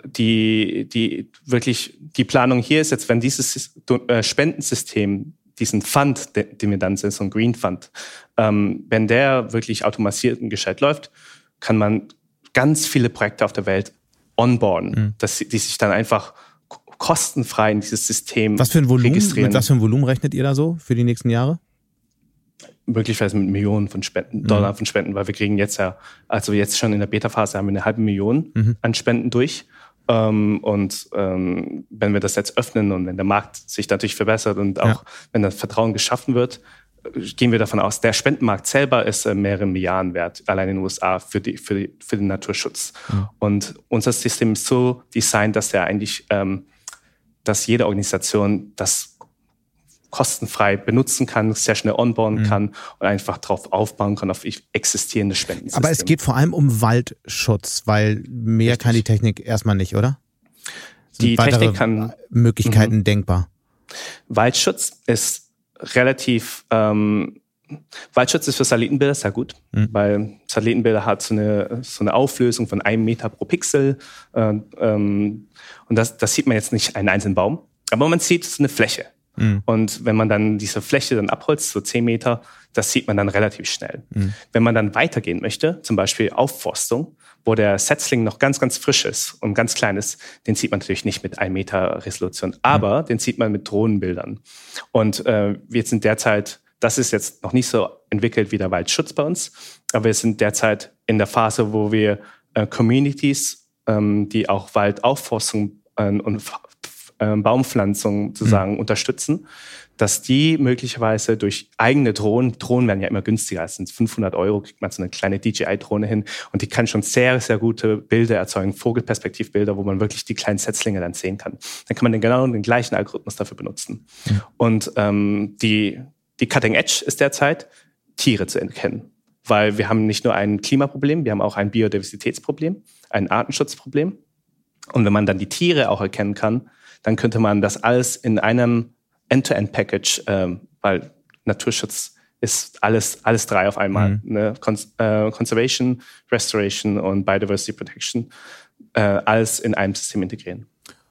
die, die wirklich die Planung hier ist jetzt, wenn dieses äh, Spendensystem, diesen Fund, den, den wir dann sind, so ein Green Fund, ähm, wenn der wirklich automatisiert und gescheit läuft, kann man ganz viele Projekte auf der Welt onboarden, mhm. dass die sich dann einfach kostenfrei in dieses System was für ein Volumen, registrieren. Mit was für ein Volumen rechnet ihr da so für die nächsten Jahre? Möglicherweise mit Millionen von Spenden, mhm. Dollar von Spenden, weil wir kriegen jetzt ja, also jetzt schon in der Beta-Phase haben wir eine halbe Million mhm. an Spenden durch. Ähm, und ähm, wenn wir das jetzt öffnen und wenn der Markt sich natürlich verbessert und auch ja. wenn das Vertrauen geschaffen wird, gehen wir davon aus, der Spendenmarkt selber ist äh, mehrere Milliarden wert, allein in den U S A für, die, für, die, für den Naturschutz. Mhm. Und unser System ist so designt, dass der eigentlich, ähm, dass jede Organisation das kostenfrei benutzen kann, sehr schnell onboarden mhm. kann und einfach drauf aufbauen kann auf existierende Spendensysteme. Aber es geht vor allem um Waldschutz, weil mehr Richtig. Kann die Technik erstmal nicht, oder? Sind die Technik kann Möglichkeiten mhm. denkbar. Waldschutz ist relativ, ähm, Waldschutz ist für Satellitenbilder sehr gut, mhm. weil Satellitenbilder hat so eine, so eine Auflösung von einem Meter pro Pixel äh, ähm, und das, das sieht man jetzt nicht einen einzelnen Baum, aber man sieht so eine Fläche. Mhm. Und wenn man dann diese Fläche dann abholzt, so zehn Meter, das sieht man dann relativ schnell. Mhm. Wenn man dann weitergehen möchte, zum Beispiel Aufforstung, wo der Setzling noch ganz, ganz frisch ist und ganz klein ist, den sieht man natürlich nicht mit ein Meter Resolution, aber mhm. den sieht man mit Drohnenbildern. Und äh, wir sind derzeit, das ist jetzt noch nicht so entwickelt wie der Waldschutz bei uns, aber wir sind derzeit in der Phase, wo wir äh, Communities, ähm, die auch Waldaufforstung äh, und äh, Baumpflanzung sozusagen mhm. unterstützen, dass die möglicherweise durch eigene Drohnen, Drohnen werden ja immer günstiger, es sind fünfhundert Euro, kriegt man so eine kleine D J I-Drohne hin und die kann schon sehr, sehr gute Bilder erzeugen, Vogelperspektivbilder, wo man wirklich die kleinen Setzlinge dann sehen kann. Dann kann man den genau den gleichen Algorithmus dafür benutzen. Mhm. Und ähm, die, die Cutting Edge ist derzeit, Tiere zu erkennen. Weil wir haben nicht nur ein Klimaproblem, wir haben auch ein Biodiversitätsproblem, ein Artenschutzproblem. Und wenn man dann die Tiere auch erkennen kann, dann könnte man das alles in einem End-to-End-Package, ähm, weil Naturschutz ist alles, alles drei auf einmal. Mhm. Ne? Cons- äh, Conservation, Restoration und Biodiversity Protection, äh, alles in einem System integrieren.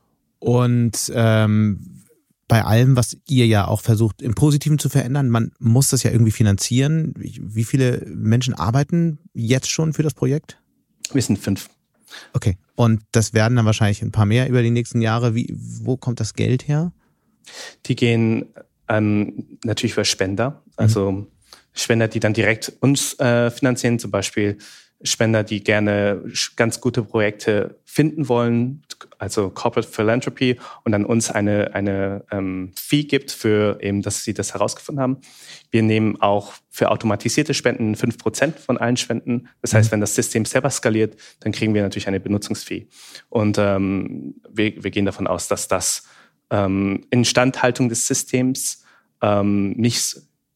Und ähm, bei allem, was ihr ja auch versucht, im Positiven zu verändern, man muss das ja irgendwie finanzieren. Wie viele Menschen arbeiten jetzt schon für das Projekt? Wir sind fünf. Okay. Und das werden dann wahrscheinlich ein paar mehr über die nächsten Jahre. Wie, wo kommt das Geld her? Die gehen ähm, natürlich über Spender, also mhm. Spender, die dann direkt uns äh, finanzieren, zum Beispiel Spender, die gerne ganz gute Projekte finden wollen, also Corporate Philanthropy, und dann uns eine eine ähm, Fee gibt für eben, dass sie das herausgefunden haben. Wir nehmen auch für automatisierte Spenden fünf Prozent von allen Spenden. Das heißt, wenn das System selber skaliert, dann kriegen wir natürlich eine Benutzungsfee. Und ähm, wir, wir gehen davon aus, dass das ähm, Instandhaltung des Systems ähm, nicht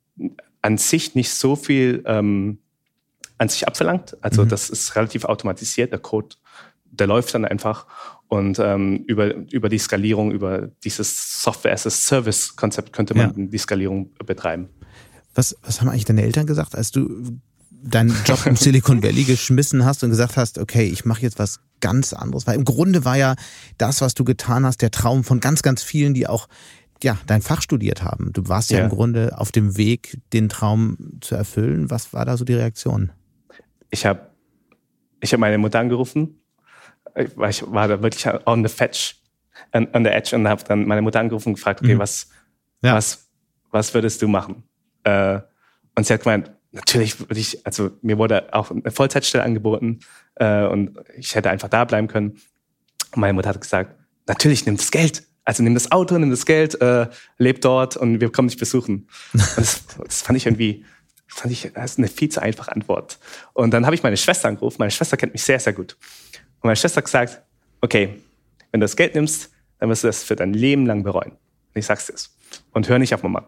an sich nicht so viel ähm, an sich abverlangt. Also mhm. das ist relativ automatisiert. Der Code, der läuft dann einfach. Und ähm, über, über die Skalierung, über dieses Software-as-a-Service-Konzept könnte man ja. die Skalierung betreiben. Was, was haben eigentlich deine Eltern gesagt, als du deinen Job im Silicon Valley geschmissen hast und gesagt hast, okay, ich mache jetzt was ganz anderes? Weil im Grunde war ja das, was du getan hast, der Traum von ganz, ganz vielen, die auch ja, dein Fach studiert haben. Du warst ja, ja im Grunde auf dem Weg, den Traum zu erfüllen. Was war da so die Reaktion? Ich habe ich hab meine Mutter angerufen. Ich war, ich war da wirklich on the fetch, on, on the edge, und habe dann meine Mutter angerufen und gefragt, okay, mhm. was, ja. was, was würdest du machen? Äh, und sie hat gemeint, natürlich würde ich, also mir wurde auch eine Vollzeitstelle angeboten äh, und ich hätte einfach da bleiben können. Und meine Mutter hat gesagt, natürlich, nimm das Geld. Also nimm das Auto, nimm das Geld, äh, leb dort und wir kommen dich besuchen. Und das, das fand ich irgendwie, fand ich, das ist eine viel zu einfache Antwort. Und dann habe ich meine Schwester angerufen. Meine Schwester kennt mich sehr, sehr gut. Und meine Schwester hat gesagt, okay, wenn du das Geld nimmst, dann wirst du das für dein Leben lang bereuen. Und ich sag's dir. und hör nicht auf Mama.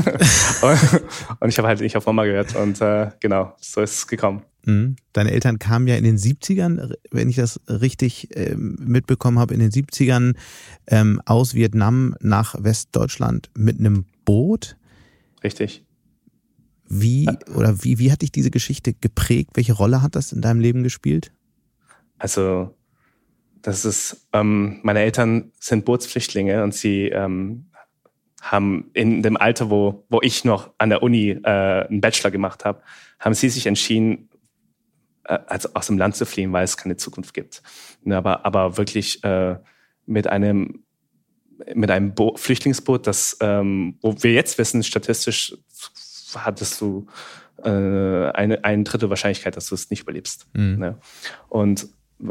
und ich habe halt nicht auf Mama gehört und äh, genau, so ist es gekommen. Deine Eltern kamen ja in den siebzigern, wenn ich das richtig ähm, mitbekommen habe, in den siebzigern ähm, aus Vietnam nach Westdeutschland mit einem Boot. Richtig. Wie oder wie, wie hat dich diese Geschichte geprägt? Welche Rolle hat das in deinem Leben gespielt? Also das ist, ähm, meine Eltern sind Bootsflüchtlinge und sie ähm, haben in dem Alter, wo, wo ich noch an der Uni äh, einen Bachelor gemacht habe, haben sie sich entschieden, also aus dem Land zu fliehen, weil es keine Zukunft gibt. Aber, aber wirklich äh, mit einem mit einem Bo- Flüchtlingsboot, das, ähm, wo wir jetzt wissen, statistisch hattest du äh, eine, eine Drittel Wahrscheinlichkeit, dass du es nicht überlebst. Mhm. Ne? Und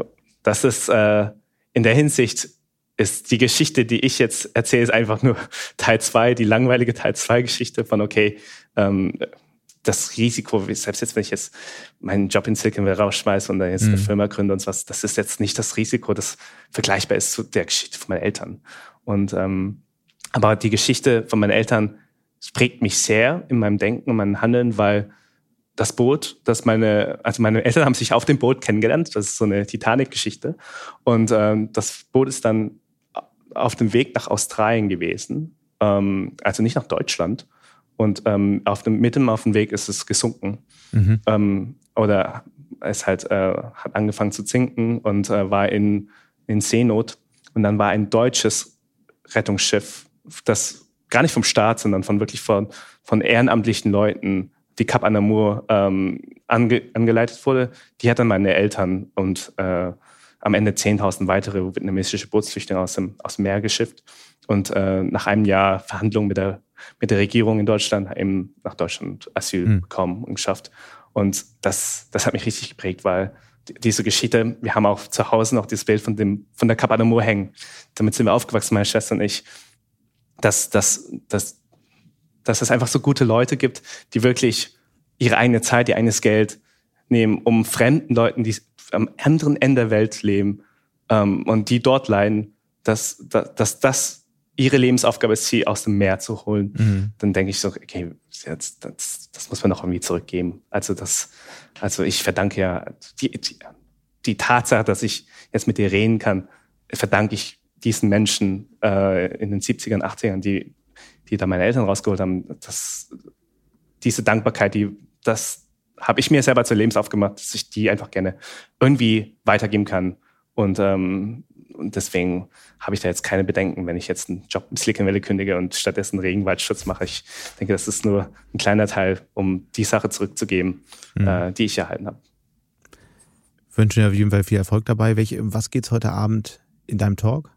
das ist äh, in der Hinsicht ist die Geschichte, die ich jetzt erzähle, ist einfach nur Teil zwei, die langweilige Teil zwei Geschichte von okay, ähm, das Risiko, selbst jetzt, wenn ich jetzt meinen Job in Silicon Valley rausschmeiße und dann jetzt mhm. eine Firma gründe und was, das ist jetzt nicht das Risiko, das vergleichbar ist zu der Geschichte von meinen Eltern. Und ähm, aber die Geschichte von meinen Eltern prägt mich sehr in meinem Denken und meinem Handeln, weil das Boot, das meine, also meine Eltern haben sich auf dem Boot kennengelernt, das ist so eine Titanic-Geschichte. Und ähm, das Boot ist dann auf dem Weg nach Australien gewesen, ähm, also nicht nach Deutschland. Und ähm, auf dem mitten auf dem Weg ist es gesunken. Mhm. Ähm, oder es halt äh, hat angefangen zu zinken und äh, war in, in Seenot. Und dann war ein deutsches Rettungsschiff, das gar nicht vom Staat, sondern von wirklich von, von ehrenamtlichen Leuten, die Cap Anamur ähm, ange, angeleitet wurde. Die hat dann meine Eltern und äh, am Ende zehntausend weitere vietnamesische Bootsflüchtlinge aus dem, aus dem Meer geschifft. Und äh, nach einem Jahr Verhandlungen mit der mit der Regierung in Deutschland eben nach Deutschland Asyl mhm. bekommen und geschafft. Und das, das hat mich richtig geprägt, weil diese Geschichte, wir haben auch zu Hause noch dieses Bild von dem, von der Cap Anamur hängen. Damit sind wir aufgewachsen, meine Schwester und ich, dass, dass, dass, dass es einfach so gute Leute gibt, die wirklich ihre eigene Zeit, ihr eigenes Geld nehmen, um fremden Leuten, die am anderen Ende der Welt leben, ähm, und die dort leiden, dass, dass, dass das ihre Lebensaufgabe ist, sie aus dem Meer zu holen, mhm. dann denke ich so, okay, jetzt, das, das muss man noch irgendwie zurückgeben. Also das, also ich verdanke ja die, die, die Tatsache, dass ich jetzt mit dir reden kann, verdanke ich diesen Menschen äh, in den siebzigern, achtzigern, die, die da meine Eltern rausgeholt haben. Das, diese Dankbarkeit, die, das habe ich mir selber zur Lebensaufgabe gemacht, dass ich die einfach gerne irgendwie weitergeben kann. Und ähm, Und deswegen habe ich da jetzt keine Bedenken, wenn ich jetzt einen Job im Silicon Valley kündige und stattdessen Regenwaldschutz mache. Ich denke, das ist nur ein kleiner Teil, um die Sache zurückzugeben, mhm. äh, die ich erhalten habe. Ich wünsche dir auf jeden Fall viel Erfolg dabei. Welche, was geht's heute Abend in deinem Talk?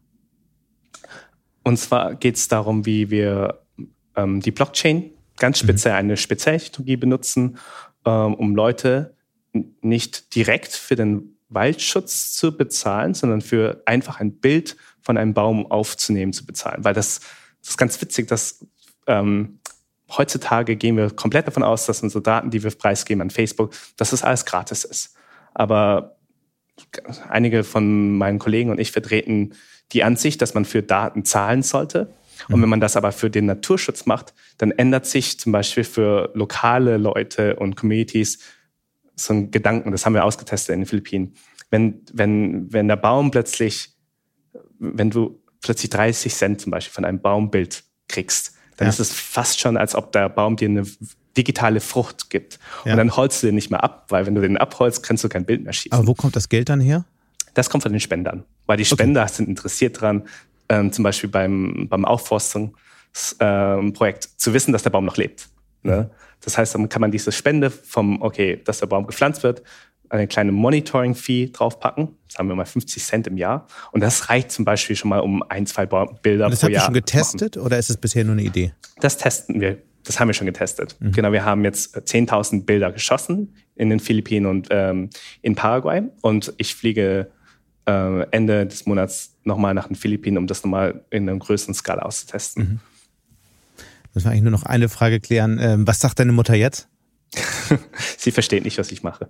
Und zwar geht es darum, wie wir ähm, die Blockchain, ganz speziell mhm. eine Spezialtechnologie benutzen, ähm, um Leute nicht direkt für den Waldschutz zu bezahlen, sondern für einfach ein Bild von einem Baum aufzunehmen zu bezahlen. Weil das, das ist ganz witzig, dass ähm, heutzutage gehen wir komplett davon aus, dass unsere Daten, die wir preisgeben an Facebook, dass das alles gratis ist. Aber einige von meinen Kollegen und ich vertreten die Ansicht, dass man für Daten zahlen sollte. Und wenn man das aber für den Naturschutz macht, dann ändert sich zum Beispiel für lokale Leute und Communities so ein Gedanken, das haben wir ausgetestet in den Philippinen. Wenn, wenn, wenn der Baum plötzlich, wenn du plötzlich dreißig Cent zum Beispiel von einem Baumbild kriegst, dann ja. ist es fast schon, als ob der Baum dir eine digitale Frucht gibt. Ja. Und dann holst du den nicht mehr ab, weil wenn du den abholst, kannst du kein Bild mehr schießen. Aber wo kommt das Geld dann her? Das kommt von den Spendern, weil die Spender okay. sind interessiert dran, ähm, zum Beispiel beim, beim Aufforstungsprojekt ähm, zu wissen, dass der Baum noch lebt. Ne? Das heißt, dann kann man diese Spende vom, okay, dass der Baum gepflanzt wird, eine kleine Monitoring-Fee draufpacken. Sagen wir mal fünfzig Cent im Jahr. Und das reicht zum Beispiel schon mal um ein, zwei Baum- Bilder pro Jahr. Das habt ihr schon getestet oder ist es bisher nur eine Idee? Das testen wir. Das haben wir schon getestet. Mhm. Genau, wir haben jetzt zehntausend Bilder geschossen in den Philippinen und ähm, in Paraguay. Und ich fliege äh, Ende des Monats nochmal nach den Philippinen, um das nochmal in einer größeren Skala auszutesten. Mhm. Müssen wir eigentlich nur noch eine Frage klären. Ähm, was sagt deine Mutter jetzt? Sie versteht nicht, was ich mache.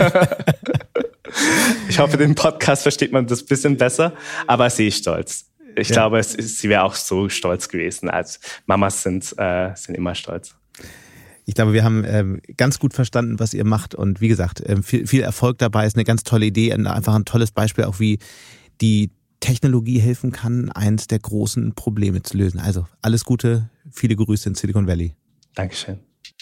Ich hoffe, den Podcast versteht man das ein bisschen besser, aber sie ist stolz. ich ja. glaube, es ist, sie wäre auch so stolz gewesen. Als Mamas sind, äh, sind immer stolz. Ich glaube, wir haben ähm, ganz gut verstanden, was ihr macht. Und wie gesagt, ähm, viel, viel Erfolg dabei, ist eine ganz tolle Idee. Einfach ein tolles Beispiel, auch wie die Technologie helfen kann, eins der großen Probleme zu lösen. Also alles Gute, viele Grüße in Silicon Valley. Dankeschön.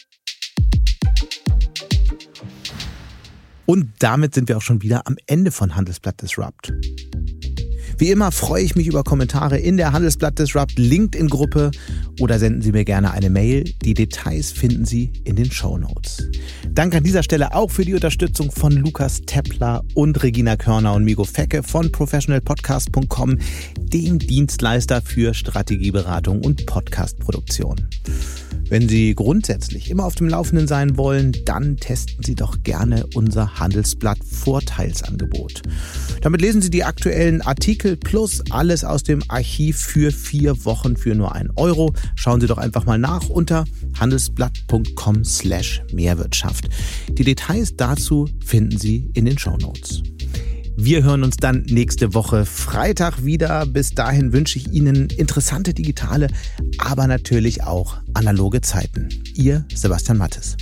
Und damit sind wir auch schon wieder am Ende von Handelsblatt Disrupt. Wie immer freue ich mich über Kommentare in der Handelsblatt Disrupt LinkedIn-Gruppe oder senden Sie mir gerne eine Mail. Die Details finden Sie in den Shownotes. Danke an dieser Stelle auch für die Unterstützung von Lukas Teppler und Regina Körner und Migo Fecke von professional podcast punkt com, dem Dienstleister für Strategieberatung und Podcastproduktion. Wenn Sie grundsätzlich immer auf dem Laufenden sein wollen, dann testen Sie doch gerne unser Handelsblatt Vorteilsangebot. Damit lesen Sie die aktuellen Artikel plus alles aus dem Archiv für vier Wochen für nur einen Euro. Schauen Sie doch einfach mal nach unter handelsblatt punkt com slash Mehrwirtschaft. Die Details dazu finden Sie in den Shownotes. Wir hören uns dann nächste Woche Freitag wieder. Bis dahin wünsche ich Ihnen interessante digitale, aber natürlich auch analoge Zeiten. Ihr Sebastian Mattes.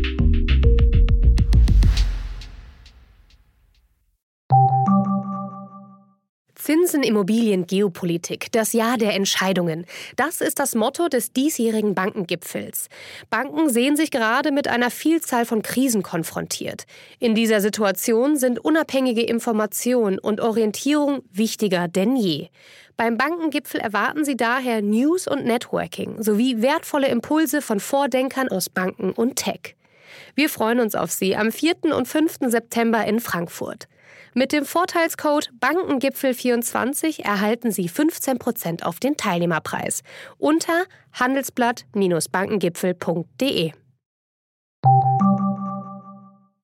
Zinsen, Immobilien, Geopolitik, das Jahr der Entscheidungen. Das ist das Motto des diesjährigen Bankengipfels. Banken sehen sich gerade mit einer Vielzahl von Krisen konfrontiert. In dieser Situation sind unabhängige Information und Orientierung wichtiger denn je. Beim Bankengipfel erwarten Sie daher News und Networking sowie wertvolle Impulse von Vordenkern aus Banken und Tech. Wir freuen uns auf Sie am vierten und fünften September in Frankfurt. Mit dem Vorteilscode Bankengipfel vierundzwanzig erhalten Sie fünfzehn Prozent auf den Teilnehmerpreis unter handelsblatt Bindestrich bankengipfel punkt de.